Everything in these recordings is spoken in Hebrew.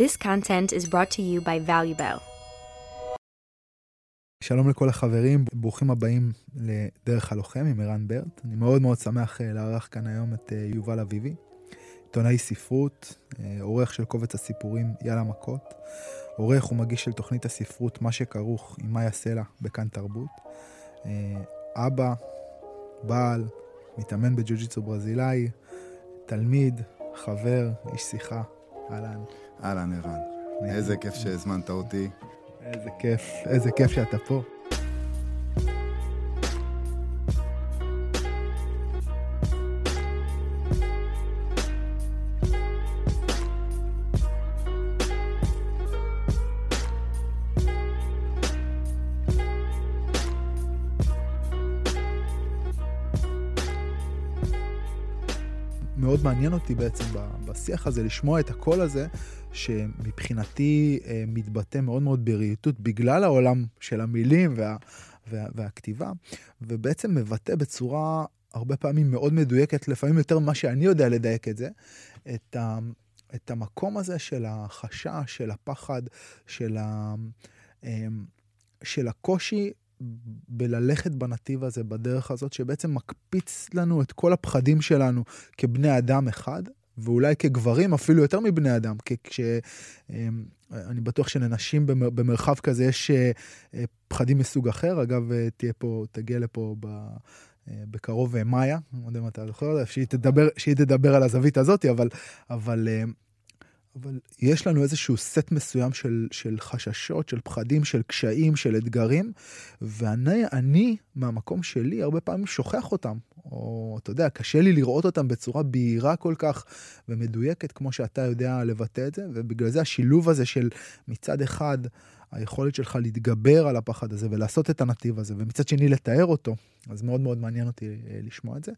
This content is brought to you by ValueBell. שלום לכל החברים, ברוכים הבאים לדרך הלוחם עם ערן ברט. אני מאוד מאוד שמח לארח כאן היום את יובל אביבי, עיתונאי ספרות, עורך של קובץ הסיפורים יאללה מכות, עורך ומגיש של תוכנית הספרות מה שכרוך עם מאיה סלע בכאן תרבות, אבא, בעל, מתאמן בג'ו-ג'יטסו ברזילאי, תלמיד, חבר, איש שיחה. אהלן. אהלן ערן, איזה כיף שהזמנת אותי. איזה כיף שאתה פה. מאוד מעניין אותי בעצם בשיח הזה, לשמוע את הקול הזה, שמבחינתי מתבטא מאוד מאוד בריאותות, בגלל העולם של המילים והכתיבה, ובעצם מבטא בצורה הרבה פעמים מאוד מדויקת, לפעמים יותר ממה שאני יודע לדייק את זה, את המקום הזה של החשש, של הפחד, של הקושי, בללכת בנתיב הזה, בדרך הזאת, שבעצם מקפיץ לנו את כל הפחדים שלנו כבני אדם אחד, ואולי כגברים אפילו יותר מבני אדם, אני בטוח שלנשים במרחב כזה יש פחדים מסוג אחר. אגב, תגיע לפה בקרוב מאיה, לא יודע אם אתה זוכר, שהיא תדבר על הזווית הזאת, אבל יש לנו איזשהו סט מסוים של חששות, של פחדים, של קשיים, של אתגרים, ואני מהמקום שלי הרבה פעמים שוכח אותם, או אתה יודע, קשה לי לראות אותם בצורה בהירה כל כך ומדויקת, כמו שאתה יודע לבטא את זה, ובגלל זה השילוב הזה של מצד אחד, היכולת שלך להתגבר על הפחד הזה ולעשות את הנתיב הזה, ומצד שני לתאר אותו, אז מאוד מאוד מעניין אותי לשמוע את זה,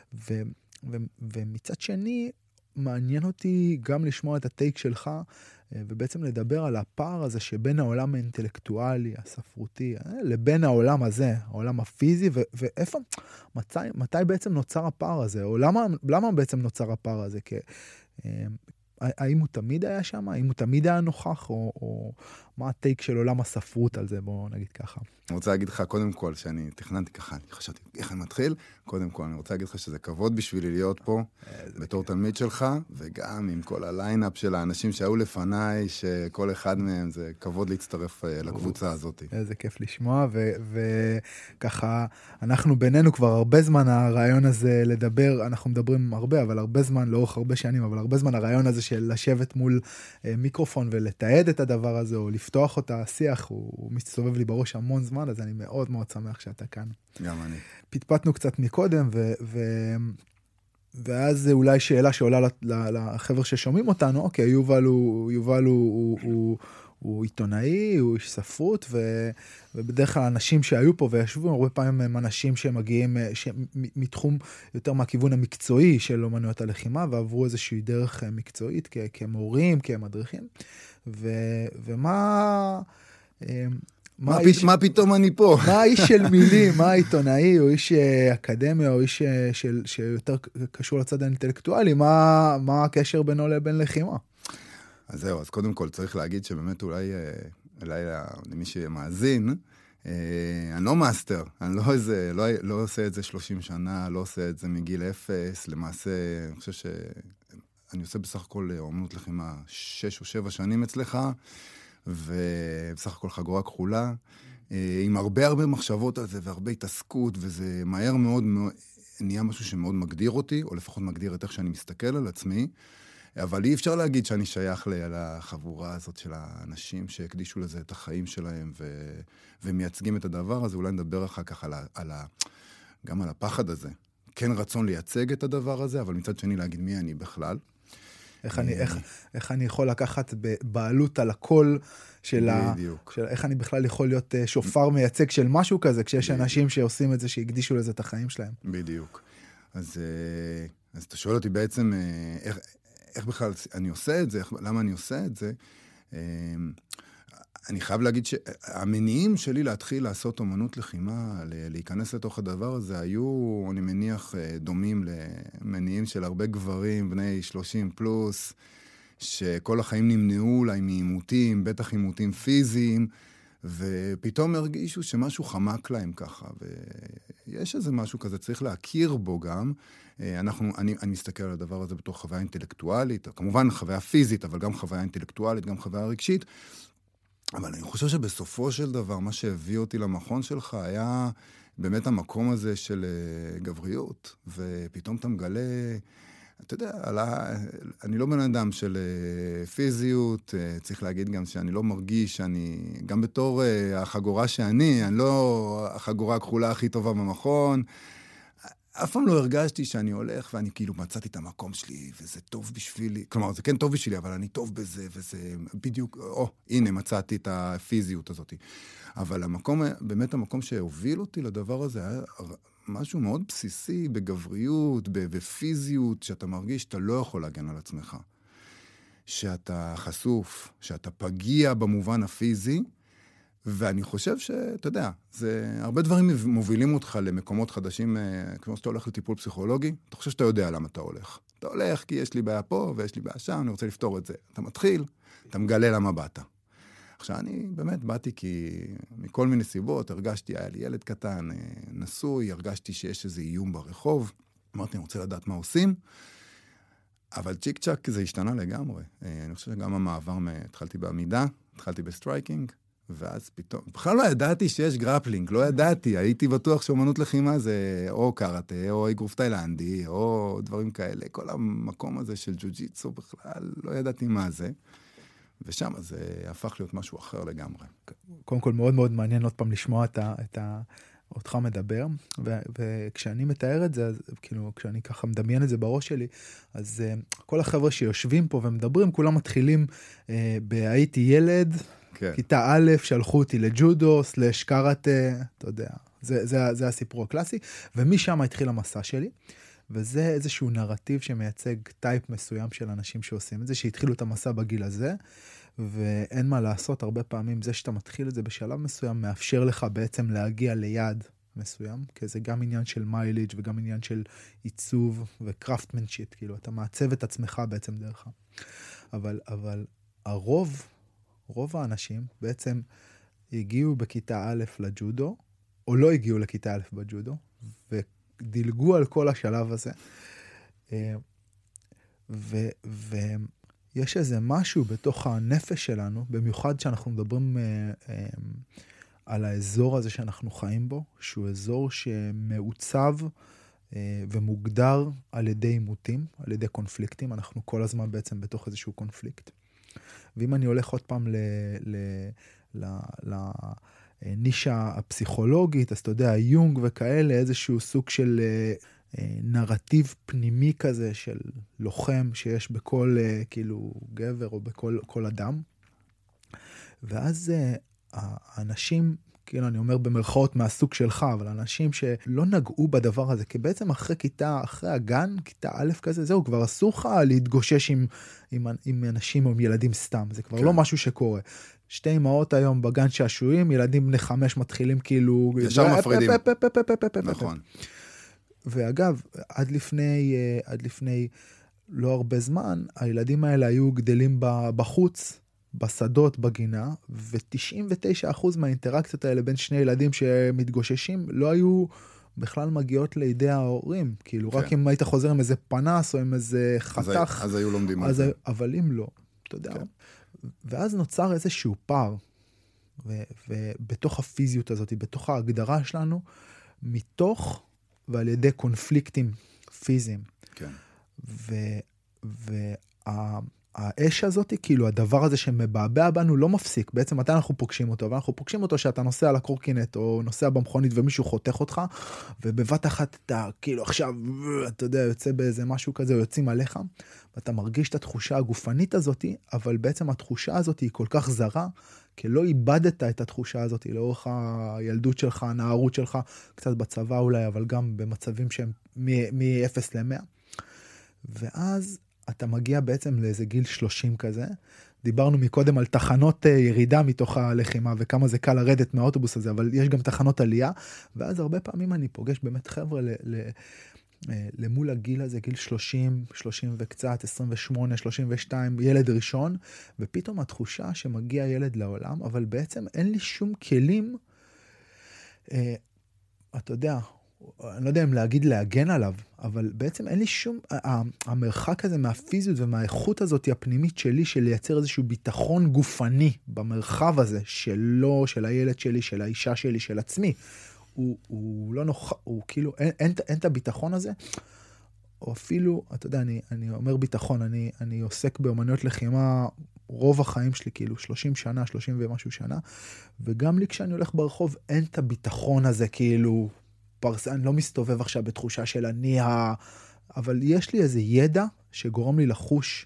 ומצד שני, מעניין אותי גם לשמוע את הטייק שלך, ובעצם לדבר על הפער הזה שבין העולם האינטלקטואלי, הספרותי, לבין העולם הזה, העולם הפיזי, ואיפה, מתי בעצם נוצר הפער הזה, או למה בעצם נוצר הפער הזה? האם הוא תמיד היה שם? האם הוא תמיד היה נוכח? או מה הטייק של עולם הספרות על זה? בואו נגיד ככה. אני רוצה להגיד לך, קודם כל, שאני תכננתי ככה, אני חשבתי, איך אני מתחיל? קודם כל, אני רוצה להגיד לך שזה כבוד בשבילי להיות פה, בתור תלמיד שלך, וגם עם כל הליינאפ של האנשים שהיו לפניי, שכל אחד מהם זה כבוד להצטרף לקבוצה הזאת. איזה כיף לשמוע, וככה, אנחנו בינינו כבר הרבה זמן הרעיון הזה לדבר, אנחנו מדברים הרבה, אבל הרבה זמן, לאורך הרבה שנים, אבל הרבה זמן הרעיון הזה של לשבת מול מיקרופון ולתעד את הדבר הזה, או לפתוח אותה, השיח, הוא מסתובב לי בראש המון זמן, אז אני מאוד מאוד שמח שאתה כאן. גם אני. פטפטנו קצת מקודם, ואז אולי שאלה שעולה לחבר ששומעים אותנו, אוקיי, יובל הוא עיתונאי, הוא איש ספרות, ובדרך כלל אנשים שהיו פה וישבו, הרבה פעמים הם אנשים שמגיעים מתחום יותר מהכיוון המקצועי של אומנויות הלחימה, ועברו איזושהי דרך מקצועית כמורים, כמדריכים, מה פתאום אני פה? מה האיש של מילים, מה העיתונאי, או איש אקדמיה, או איש שיותר קשור לצד האינטלקטואלי, מה הקשר בינו לבין לחימה? אז זהו, אז קודם כל צריך להגיד שבאמת אולי למי שמאזין, אני לא מאסטר, אני לא עושה את זה 30 שנה, לא עושה את זה מגיל 0, למעשה אני חושב שאני עושה בסך הכל אומנות לחימה 6 או 7 שנים אצלך, ובסך הכל חגורה כחולה, עם הרבה מחשבות על זה, והרבה התעסקות, וזה מהר מאוד נהיה משהו שמאוד מגדיר אותי, או לפחות מגדיר את איך שאני מסתכל על עצמי, אבל אי אפשר להגיד שאני שייך לחבורה הזאת של האנשים שהקדישו לזה את החיים שלהם, ומייצגים את הדבר הזה. אולי נדבר אחר כך גם על הפחד הזה. כן רצון לייצג את הדבר הזה, אבל מצד שני להגיד מי אני בכלל. איך אני יכול לקחת בעלות על הקול של איך אני בכלל יכול להיות שופר מייצג של משהו כזה, כשיש אנשים שעושים את זה, שהקדישו לזה את החיים שלהם. בדיוק. אז אתה שואל אותי בעצם, איך בכלל אני עושה את זה, למה אני עושה את זה? אני חייב להגיד שהמניעים שלי להתחיל לעשות אומנות לחימה, להיכנס לתוך הדבר הזה, היו, אני מניח, דומים למניעים של הרבה גברים, בני 30 פלוס, שכל החיים נמנעו אולי מעימותים, בטח עימותים פיזיים, ופתאום הרגישו שמשהו חמק להם ככה, ויש איזה משהו כזה, צריך להכיר בו גם. אני מסתכל על הדבר הזה בתור חוויה אינטלקטואלית, כמובן חוויה פיזית, אבל גם חוויה אינטלקטואלית, גם חוויה רגשית, אבל אני חושב שבסופו של דבר, מה שהביא אותי למכון שלך היה באמת המקום הזה של גבריות, ופתאום אתה מגלה, אתה יודע, אני לא בן אדם של פיזיות, צריך להגיד גם שאני לא מרגיש שאני, גם בתור החגורה שאני לא החגורה הכחולה הכי טובה במכון, אף פעם לא הרגשתי שאני הולך ואני כאילו מצאתי את המקום שלי וזה טוב בשבילי, כלומר זה כן טוב בשבילי, אבל אני טוב בזה וזה בדיוק, הנה מצאתי את הפיזיות הזאת. אבל המקום, באמת המקום שהוביל אותי לדבר הזה היה משהו מאוד בסיסי בגבריות, בפיזיות, שאתה מרגיש שאתה לא יכול להגן על עצמך. שאתה חשוף, שאתה פגיע במובן הפיזי, ואני חושב שאתה יודע, הרבה דברים מובילים אותך למקומות חדשים, כמו שאתה הולך לטיפול פסיכולוגי, אתה חושב שאתה יודע למה אתה הולך. אתה הולך כי יש לי בעיה פה ויש לי בעיה שם, אני רוצה לפתור את זה. אתה מתחיל, אתה מגלה למה באת. עכשיו, אני באמת באתי כי מכל מיני סיבות, הרגשתי, היה לי ילד קטן, נשוי, הרגשתי שיש איזה איום ברחוב, אמרתי, אני רוצה לדעת מה עושים, אבל צ'יק צ'ק זה השתנה לגמרי. אני חושב שגם המעבר, התחלתי בעמידה, התחלתי בסטרייקינג, ואז פתאום, בכלל לא ידעתי שיש גרפלינג, לא ידעתי, הייתי בטוח שאומנות לחימה זה או קראטה, או אגרוף תאילנדי, או דברים כאלה, כל המקום הזה של ג'ו-ג'יטסו בכלל, לא ידעתי מה זה. ושם זה הפך להיות משהו אחר לגמרי. קודם כל מאוד מאוד מעניין עוד פעם לשמוע אותך מדבר, וכשאני מתאר את זה, אז כאילו, כשאני ככה מדמיין את זה בראש שלי, אז כל החבר'ה שיושבים פה ומדברים, כולם מתחילים הייתי ילד, כן. כיתה א', שלחו אותי לג'ודו, /קראטה, אתה יודע, זה הסיפור הקלאסי, ומשם התחיל המסע שלי, וזה איזשהו נרטיב שמייצג טייפ מסוים של אנשים שעושים את זה, שהתחילו את המסע בגיל הזה, ואין מה לעשות, הרבה פעמים זה שאתה מתחיל את זה בשלב מסוים, מאפשר לך בעצם להגיע ליעד מסוים, כי זה גם עניין של מיילג' וגם עניין של עיצוב וקראפטמנשיפ, כאילו אתה מעצב את עצמך בעצם דרך. אבל רוב האנשים בעצם הגיעו בכיתה א' לג'ודו, או לא הגיעו לכיתה א' בג'ודו, דילגו על כל השלב הזה, ויש איזה משהו בתוך הנפש שלנו, במיוחד שאנחנו מדברים על האזור הזה שאנחנו חיים בו, שהוא אזור שמעוצב ומוגדר על ידי עימותים, על ידי קונפליקטים, אנחנו כל הזמן בעצם בתוך איזשהו קונפליקט. ואם אני הולך עוד פעם נישה הפסיכולוגית, אז אתה יודע, יונג וכאלה, איזשהו סוג של נרטיב פנימי כזה של לוחם שיש בכל כאילו גבר או בכל אדם. ואז האנשים, כאילו אני אומר במרכאות מהסוג שלך, אבל אנשים שלא נגעו בדבר הזה, כי בעצם אחרי הגן, כיתה א' כזה, זהו, כבר אסור לך להתגושש עם אנשים או עם ילדים סתם, זה כבר לא משהו שקורה. שתי אמהות היום בגן שעשועים, ילדים בני 5 מתחילים כאילו... ישר מפרידים. נכון. ואגב, עד לפני לא הרבה זמן, הילדים האלה היו גדלים בחוץ, בשדות, בגינה, ו99% מהאינטראקציות האלה בין שני ילדים שמתגוששים, לא היו בכלל מגיעות לידי ההורים. כאילו, רק אם היית חוזר עם איזה פנס או עם איזה חתך. אז היו לומדים על זה. אבל אם לא, אתה יודע. ואז נוצר איזשהו פער, ובתוך הפיזיות הזאת, בתוך ההגדרה שלנו, מתוך ועל ידי קונפליקטים פיזיים. כן. האש הזאת, כאילו הדבר הזה שמבעבע בנו לא מפסיק. בעצם מתי אנחנו פוגשים אותו? ואנחנו פוגשים אותו שאתה נוסע על הקורקינט או נוסע במכונית ומישהו חותך אותך, ובבת אחת אתה כאילו עכשיו, אתה יודע, יוצא באיזה משהו כזה, יוצאים עליך, ואתה מרגיש את התחושה הגופנית הזאת, אבל בעצם התחושה הזאת היא כל כך זרה, כי לא איבדת את התחושה הזאת לאורך הילדות שלך, הנערות שלך, קצת בצבא אולי, אבל גם במצבים שהם מ-0 ל-100. ואז אתה מגיע בעצם לאיזה גיל 30 כזה. דיברנו מקודם על תחנות ירידה מתוך הלחימה, וכמה זה קל לרדת מהאוטובוס הזה, אבל יש גם תחנות עלייה, ואז הרבה פעמים אני פוגש באמת חבר'ה למול הגיל הזה, גיל 30, 30 וקצת, 28, 32, ילד ראשון, ופתאום התחושה שמגיע ילד לעולם, אבל בעצם אין לי שום כלים, אתה יודע, אני לא יודע אם להגן עליו, אבל בעצם אין לי שום, המרחק הזה מהפיזיות ומהאיכות הזאת הפנימית שלי, של לייצר איזשהו ביטחון גופני במרחב הזה, שלו, של הילד שלי, של האישה שלי, של עצמי, הוא לא נוח, הוא כאילו, אין את הביטחון הזה, או אפילו, אתה יודע, אני אומר ביטחון, אני עוסק באמנויות לחימה, רוב החיים שלי, כאילו 30 שנה, 30 ומשהו שנה, וגם לי כשאני הולך ברחוב, אין את הביטחון הזה, כאילו, אני לא מסתובב עכשיו בתחושה של אבל יש לי איזה ידע שגורם לי לחוש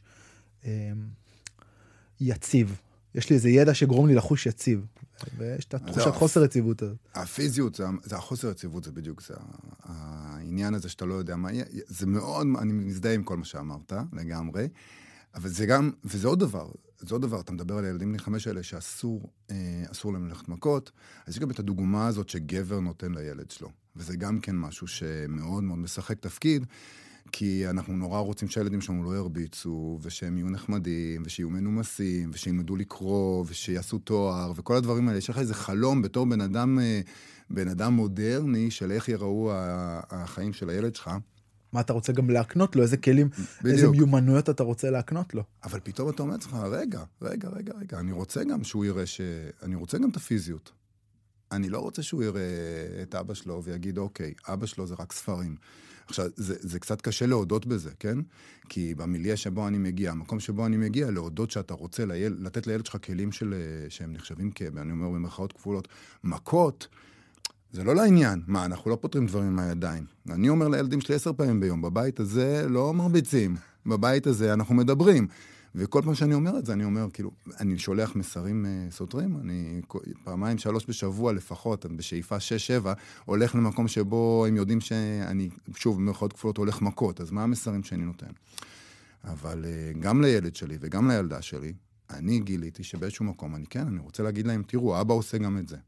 יציב. יש לי איזה ידע שגורם לי לחוש יציב. ויש את התחושת חוסר יציבות הזאת. הפיזיות, זה החוסר יציבות, זה בדיוק, זה העניין הזה שאתה לא יודע מה יהיה. זה מאוד, אני מזדהה עם כל מה שאמרת, לגמרי. אבל זה גם, וזה עוד דבר, זה עוד דבר, אתה מדבר על הילדים בני 5 האלה שאסור להם ללכת מכות, אז יש גם את הדוגמה הזאת שגבר נותן לילד שלו. וזה גם כן משהו שמאוד מאוד משחק תפקיד, כי אנחנו נורא רוצים שהילדים שלנו לא ירביצו, ושהם יהיו נחמדים, ושיהיו מנומסים, ושילמדו לקרוא, ושיעשו תואר, וכל הדברים האלה. יש לך איזה חלום בתור בן אדם מודרני, של איך יראו החיים של הילד שלך. מה אתה רוצה גם להקנות לו? איזה כלים, איזה מיומנויות אתה רוצה להקנות לו? אבל פתאום אתה אומר לך, רגע, אני רוצה גם שהוא יראה אני רוצה גם את הפיזיות. אני לא רוצה שהוא יראה את אבא שלו ויגיד, אוקיי, אבא שלו זה רק ספרים. עכשיו, זה קצת קשה להודות בזה, כן? כי במיליה שבו אני מגיע, המקום שבו אני מגיע, להודות שאתה רוצה לתת לילד שלך כלים שהם נחשבים אני אומר במרכאות כפולות, מכות, זה לא לעניין. מה, אנחנו לא פותרים דברים מהידיים. אני אומר לילדים שלי 10 פעמים ביום, בבית הזה לא מרביצים, בבית הזה אנחנו מדברים. וכל פעם שאני אומר את זה, אני אומר, כאילו, אני שולח מסרים סותרים, אני 2-3 בשבוע לפחות, בשאיפה 6-7, הולך למקום שבו הם יודעים שאני, שוב, במרכאות כפולות, הולך מכות, אז מה המסרים שאני נותן? אבל גם לילד שלי וגם לילדה שלי, אני גיליתי שבאיזשהו מקום, אני רוצה להגיד להם, תראו, אבא עושה גם את זה.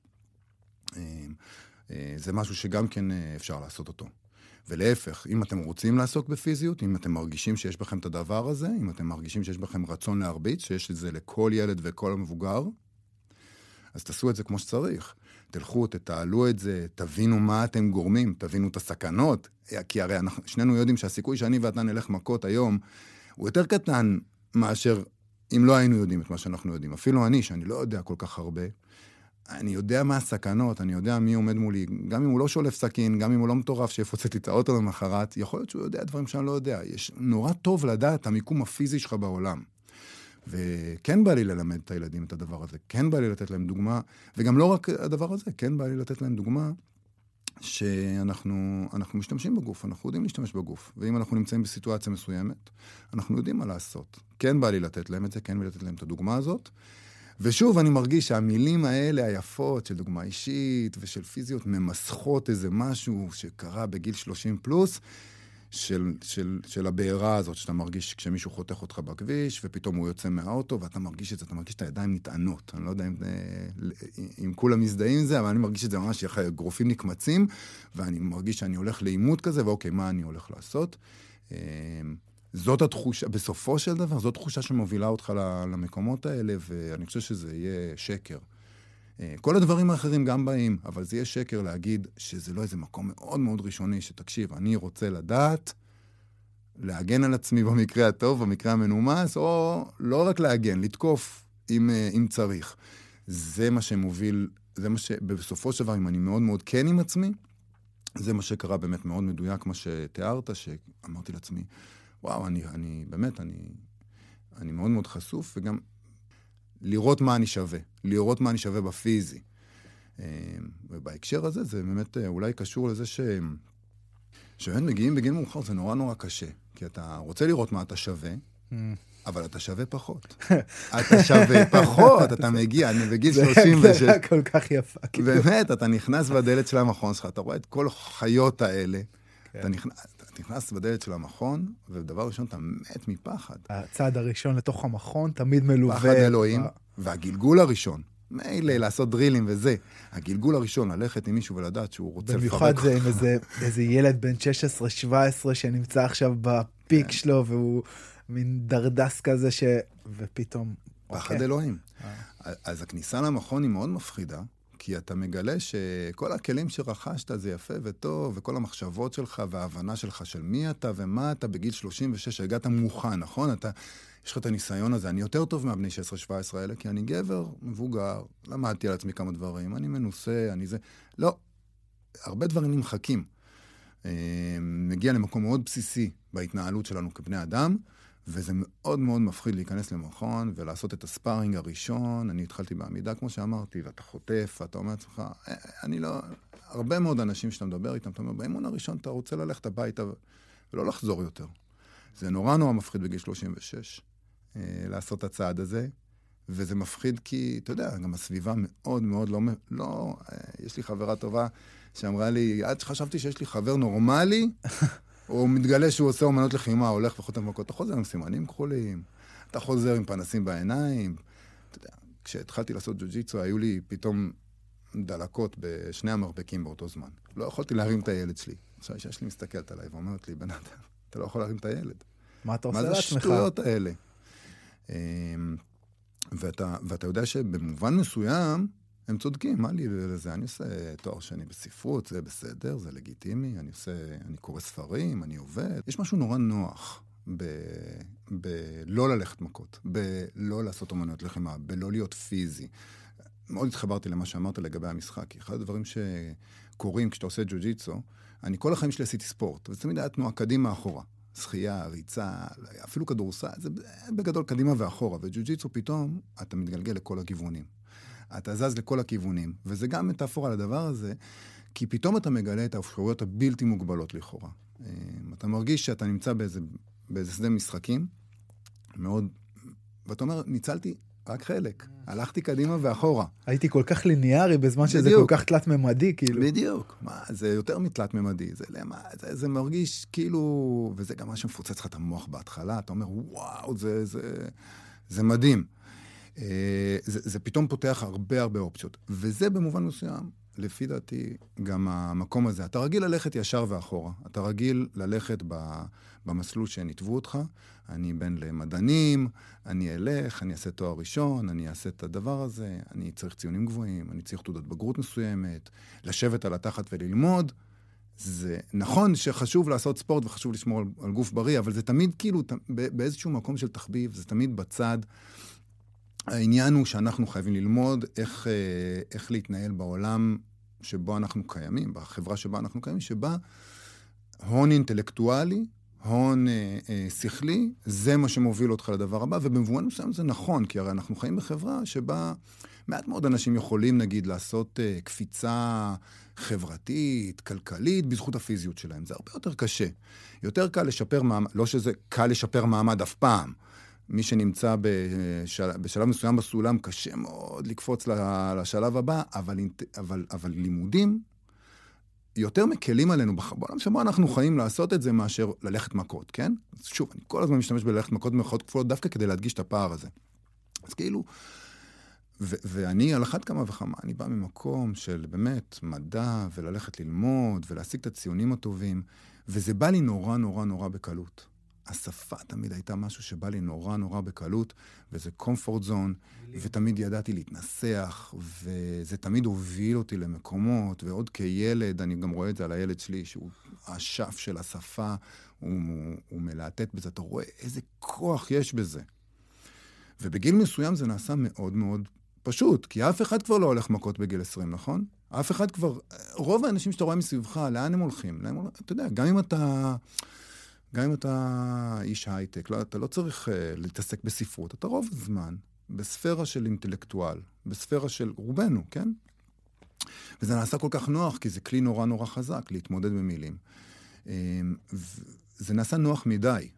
זה משהו שגם כן אפשר לעשות אותו. ולהפך, אם אתם רוצים לעסוק בפיזיות, אם אתם מרגישים שיש בכם את הדבר הזה, אם אתם מרגישים שיש בכם רצון להרביץ, שיש את זה לכל ילד וכל המבוגר, אז תעשו את זה כמו שצריך. תלכו, תתעלו את זה, תבינו מה אתם גורמים, תבינו את הסכנות, כי הרי שנינו יודעים שהסיכוי שאני ואתה נלך מכות היום, הוא יותר קטן מאשר אם לא היינו יודעים את מה שאנחנו יודעים. אפילו אני, שאני לא יודע כל כך הרבה, אני יודע מה הסכנות, אני יודע מי עומד מולי, גם אם הוא לא שולף סכין, גם אם הוא לא מטורף שיפוצץ את האוטו למחרת, יכול להיות שהוא יודע דברים שאני לא יודע. יש נורא טוב לדעת המיקום הפיזי שלך בעולם. וכן בא לי ללמד את הילדים את הדבר הזה, כן בא לי לתת להם דוגמה, וגם לא רק הדבר הזה, כן בא לי לתת להם דוגמה שאנחנו משתמשים בגוף, אנחנו יודעים להשתמש בגוף, ואם אנחנו נמצאים בסיטואציה מסוימת, אנחנו יודעים מה לעשות. כן בא לי לתת להם את זה, כן בא לי לתת להם את הדוגמה הזאת, ושוב, אני מרגיש שהמילים האלה היפות של דוגמה אישית ושל פיזיות ממסכות איזה משהו שקרה בגיל 30 פלוס, של הבעירה הזאת, שאתה מרגיש כשמישהו חותך אותך בכביש, ופתאום הוא יוצא מהאוטו, ואתה מרגיש את זה, אתה מרגיש את הידיים נטענות. אני לא יודע אם כולם מזדהים עם זה, אבל אני מרגיש את זה ממש, גרופים נקמצים, ואני מרגיש שאני הולך לאימות כזה, ואוקיי, מה אני הולך לעשות? זאת התחושה, בסופו של דבר, זאת תחושה שמובילה אותך למקומות האלה, ואני חושב שזה יהיה שקר. כל הדברים האחרים גם באים, אבל זה יהיה שקר להגיד שזה לא איזה מקום מאוד מאוד ראשוני, שתקשיב, אני רוצה לדעת, להגן על עצמי במקרה הטוב, במקרה המנומס, או לא רק להגן, לתקוף אם צריך. זה מה שמוביל, זה מה שבסופו של דבר, אם אני מאוד מאוד כן עם עצמי, זה מה שקרה באמת מאוד מדויק, מה שתיארת, שאמרתי לעצמי, וואו, אני מאוד מאוד חשוף, וגם לראות מה אני שווה, לראות מה אני שווה בפיזי. ובהקשר הזה, זה באמת אולי קשור לזה שהם מגיעים בגיל מאוחר, זה נורא נורא קשה, כי אתה רוצה לראות מה אתה שווה, אבל אתה שווה פחות. אתה שווה פחות, אתה מגיע, אני בגיל 36. זה כל כך יפה. באמת, אתה נכנס בדלת של המכון שלך, אתה רואה את כל החיות האלה, אתה נכנס בדלת של המכון, ודבר ראשון, אתה מת מפחד. הצעד הראשון לתוך המכון תמיד מלווה. פחד אלוהים, והגלגול הראשון, מילא לעשות דרילים וזה. הגלגול הראשון, ללכת עם מישהו ולדעת שהוא רוצה לפרק. במיוחד זה עם איזה ילד בן 16-17 שנמצא עכשיו בפיק שלו, והוא מין דרדס כזה ופתאום... פחד אלוהים. אז הכניסה למכון היא מאוד מפחידה, כי אתה מגלה שכל הכלים שרכשת זה יפה וטוב, וכל המחשבות שלך וההבנה שלך של מי אתה ומה אתה בגיל 36, הגעת מוכן, נכון? יש לך את הניסיון הזה, אני יותר טוב מהבני 16-17 האלה, כי אני גבר, מבוגר, למדתי על עצמי כמה דברים, אני מנוסה, אני זה... לא, הרבה דברים נמחקים. מגיע למקום מאוד בסיסי בהתנהלות שלנו כבני אדם, וזה מאוד מאוד מפחיד להיכנס למכון ולעשות את הספארינג הראשון. אני התחלתי בעמידה, כמו שאמרתי, ואתה חוטף, ואתה אומר לעצמך, אני לא... הרבה מאוד אנשים שאתה מדבר איתם, אתה אומר, באימון הראשון אתה רוצה ללכת הביתה ולא לחזור יותר. זה נורא נורא מפחיד בגיל 36, לעשות את הצעד הזה, וזה מפחיד כי, אתה יודע, גם הסביבה מאוד מאוד לא... יש לי חברה טובה שאמרה לי, עד שחשבתי שיש לי חבר נורמלי, הוא מתגלה שהוא עושה אומנות לחימה, הולך וחותם מכות, אתה חוזר עם סימנים כחולים, אתה חוזר עם פנסים בעיניים. אתה יודע, כשהתחלתי לעשות ג'ו-ג'יצו, היו לי פתאום דלקות בשני המרפקים באותו זמן. לא יכולתי להרים את הילד שלי. עכשיו האישה שלי מסתכלת עליי ואומרת לי, בן אדם, אתה לא יכול להרים את הילד. מה אתה עושה לעצמך? מה זה השטויות האלה? ואתה יודע שבמובן מסוים, הם צודקים, מה לי לזה? אני עושה תואר שני בספרות, זה בסדר, זה לגיטימי, אני קורא ספרים, אני עובד. יש משהו נורא נוח בלא ללכת מכות, בלא לעשות אומנויות לחימה, בלא להיות פיזי. מאוד התחברתי למה שאמרת לגבי המשחק, כי אחד הדברים שקורים כשאתה עושה ג'ו-ג'יצו, אני כל החיים שלי עשיתי ספורט, וזה תמיד היה תנועה קדימה אחורה. שחייה, ריצה, אפילו כדורסל, זה בגדול קדימה ואחורה, וג'ו-ג'יצו פתאום אתה מתגלגל לכל הכיוונים. אתה זז לכל הכיוונים, וזה גם מטאפורה לדבר הזה, כי פתאום אתה מגלה את האפשרויות הבלתי מוגבלות לכאורה. אתה מרגיש שאתה נמצא באיזה שדה משחקים, מאוד, ואתה אומר, ניצלתי רק חלק, הלכתי קדימה ואחורה. הייתי כל כך ליניארי בזמן שזה כל כך תלת-ממדי, כאילו. בדיוק, זה יותר מתלת-ממדי, זה מרגיש כאילו, וזה גם מה שמפוצץ לך את המוח בהתחלה, אתה אומר, וואו, זה מדהים. זה פתאום פותח הרבה הרבה אופציות, וזה במובן מסוים, לפי דעתי, גם המקום הזה. אתה רגיל ללכת ישר ואחורה, אתה רגיל ללכת במסלול שנתבו אותך, אני בן למדענים, אני אלך, אני אעשה תואר ראשון, אני אעשה את הדבר הזה, אני צריך ציונים גבוהים, אני צריך תעודת בגרות מסוימת, לשבת על התחת וללמוד. זה נכון שחשוב לעשות ספורט וחשוב לשמור על גוף בריא, אבל זה תמיד כאילו, באיזשהו מקום של תחביב, זה תמיד בצד. העניין הוא שאנחנו חייבים ללמוד איך להתנהל בעולם שבו אנחנו קיימים, בחברה שבה אנחנו קיימים, שבה הון אינטלקטואלי, הון שכלי, זה מה שמוביל אותך לדבר הבא, ובמובן מסוים זה נכון, כי הרי אנחנו חיים בחברה שבה מעט מאוד אנשים יכולים, נגיד, לעשות קפיצה חברתית, כלכלית, בזכות הפיזיות שלהם. זה הרבה יותר קשה. יותר קל לשפר מעמד, לא שזה קל לשפר מעמד אף פעם. מי שנמצא בשלב מסוים בסולם, קשה מאוד לקפוץ לשלב הבא, אבל לימודים יותר מקלים עלינו בעולם שבו אנחנו חיים לעשות את זה מאשר ללכת מכות, כן? אז שוב, אני כל הזמן משתמש בללכת מכות במרכאות כפולות, דווקא כדי להדגיש את הפער הזה. אז כאילו, ואני על אחת כמה וכמה, אני בא ממקום של באמת מדע, וללכת ללמוד, ולהשיג את הציונים הטובים, וזה בא לי נורא נורא נורא בקלות. השפה תמיד הייתה משהו שבא לי נורא נורא בקלות, וזה comfort zone, ותמיד ידעתי להתנסח, וזה תמיד הוביל אותי למקומות, ועוד כילד, אני גם רואה את זה על הילד שלי, שהוא השף של השפה, הוא מלהטט בזה, אתה רואה איזה כוח יש בזה. ובגיל מסוים זה נעשה מאוד מאוד פשוט, כי אף אחד כבר לא הולך מכות בגיל 20, נכון? אף אחד כבר, רוב האנשים שאתה רואה מסביבך, לאן הם הולכים? אתה יודע, גם אם אתה איש הייטק, אתה לא צריך להתעסק בספרות, אתה רוב הזמן בספירה של אינטלקטואל, בספירה של רובנו, כן? וזה נעשה כל כך נוח, כי זה כלי נורא נורא חזק להתמודד במילים. זה נעשה נוח מדי.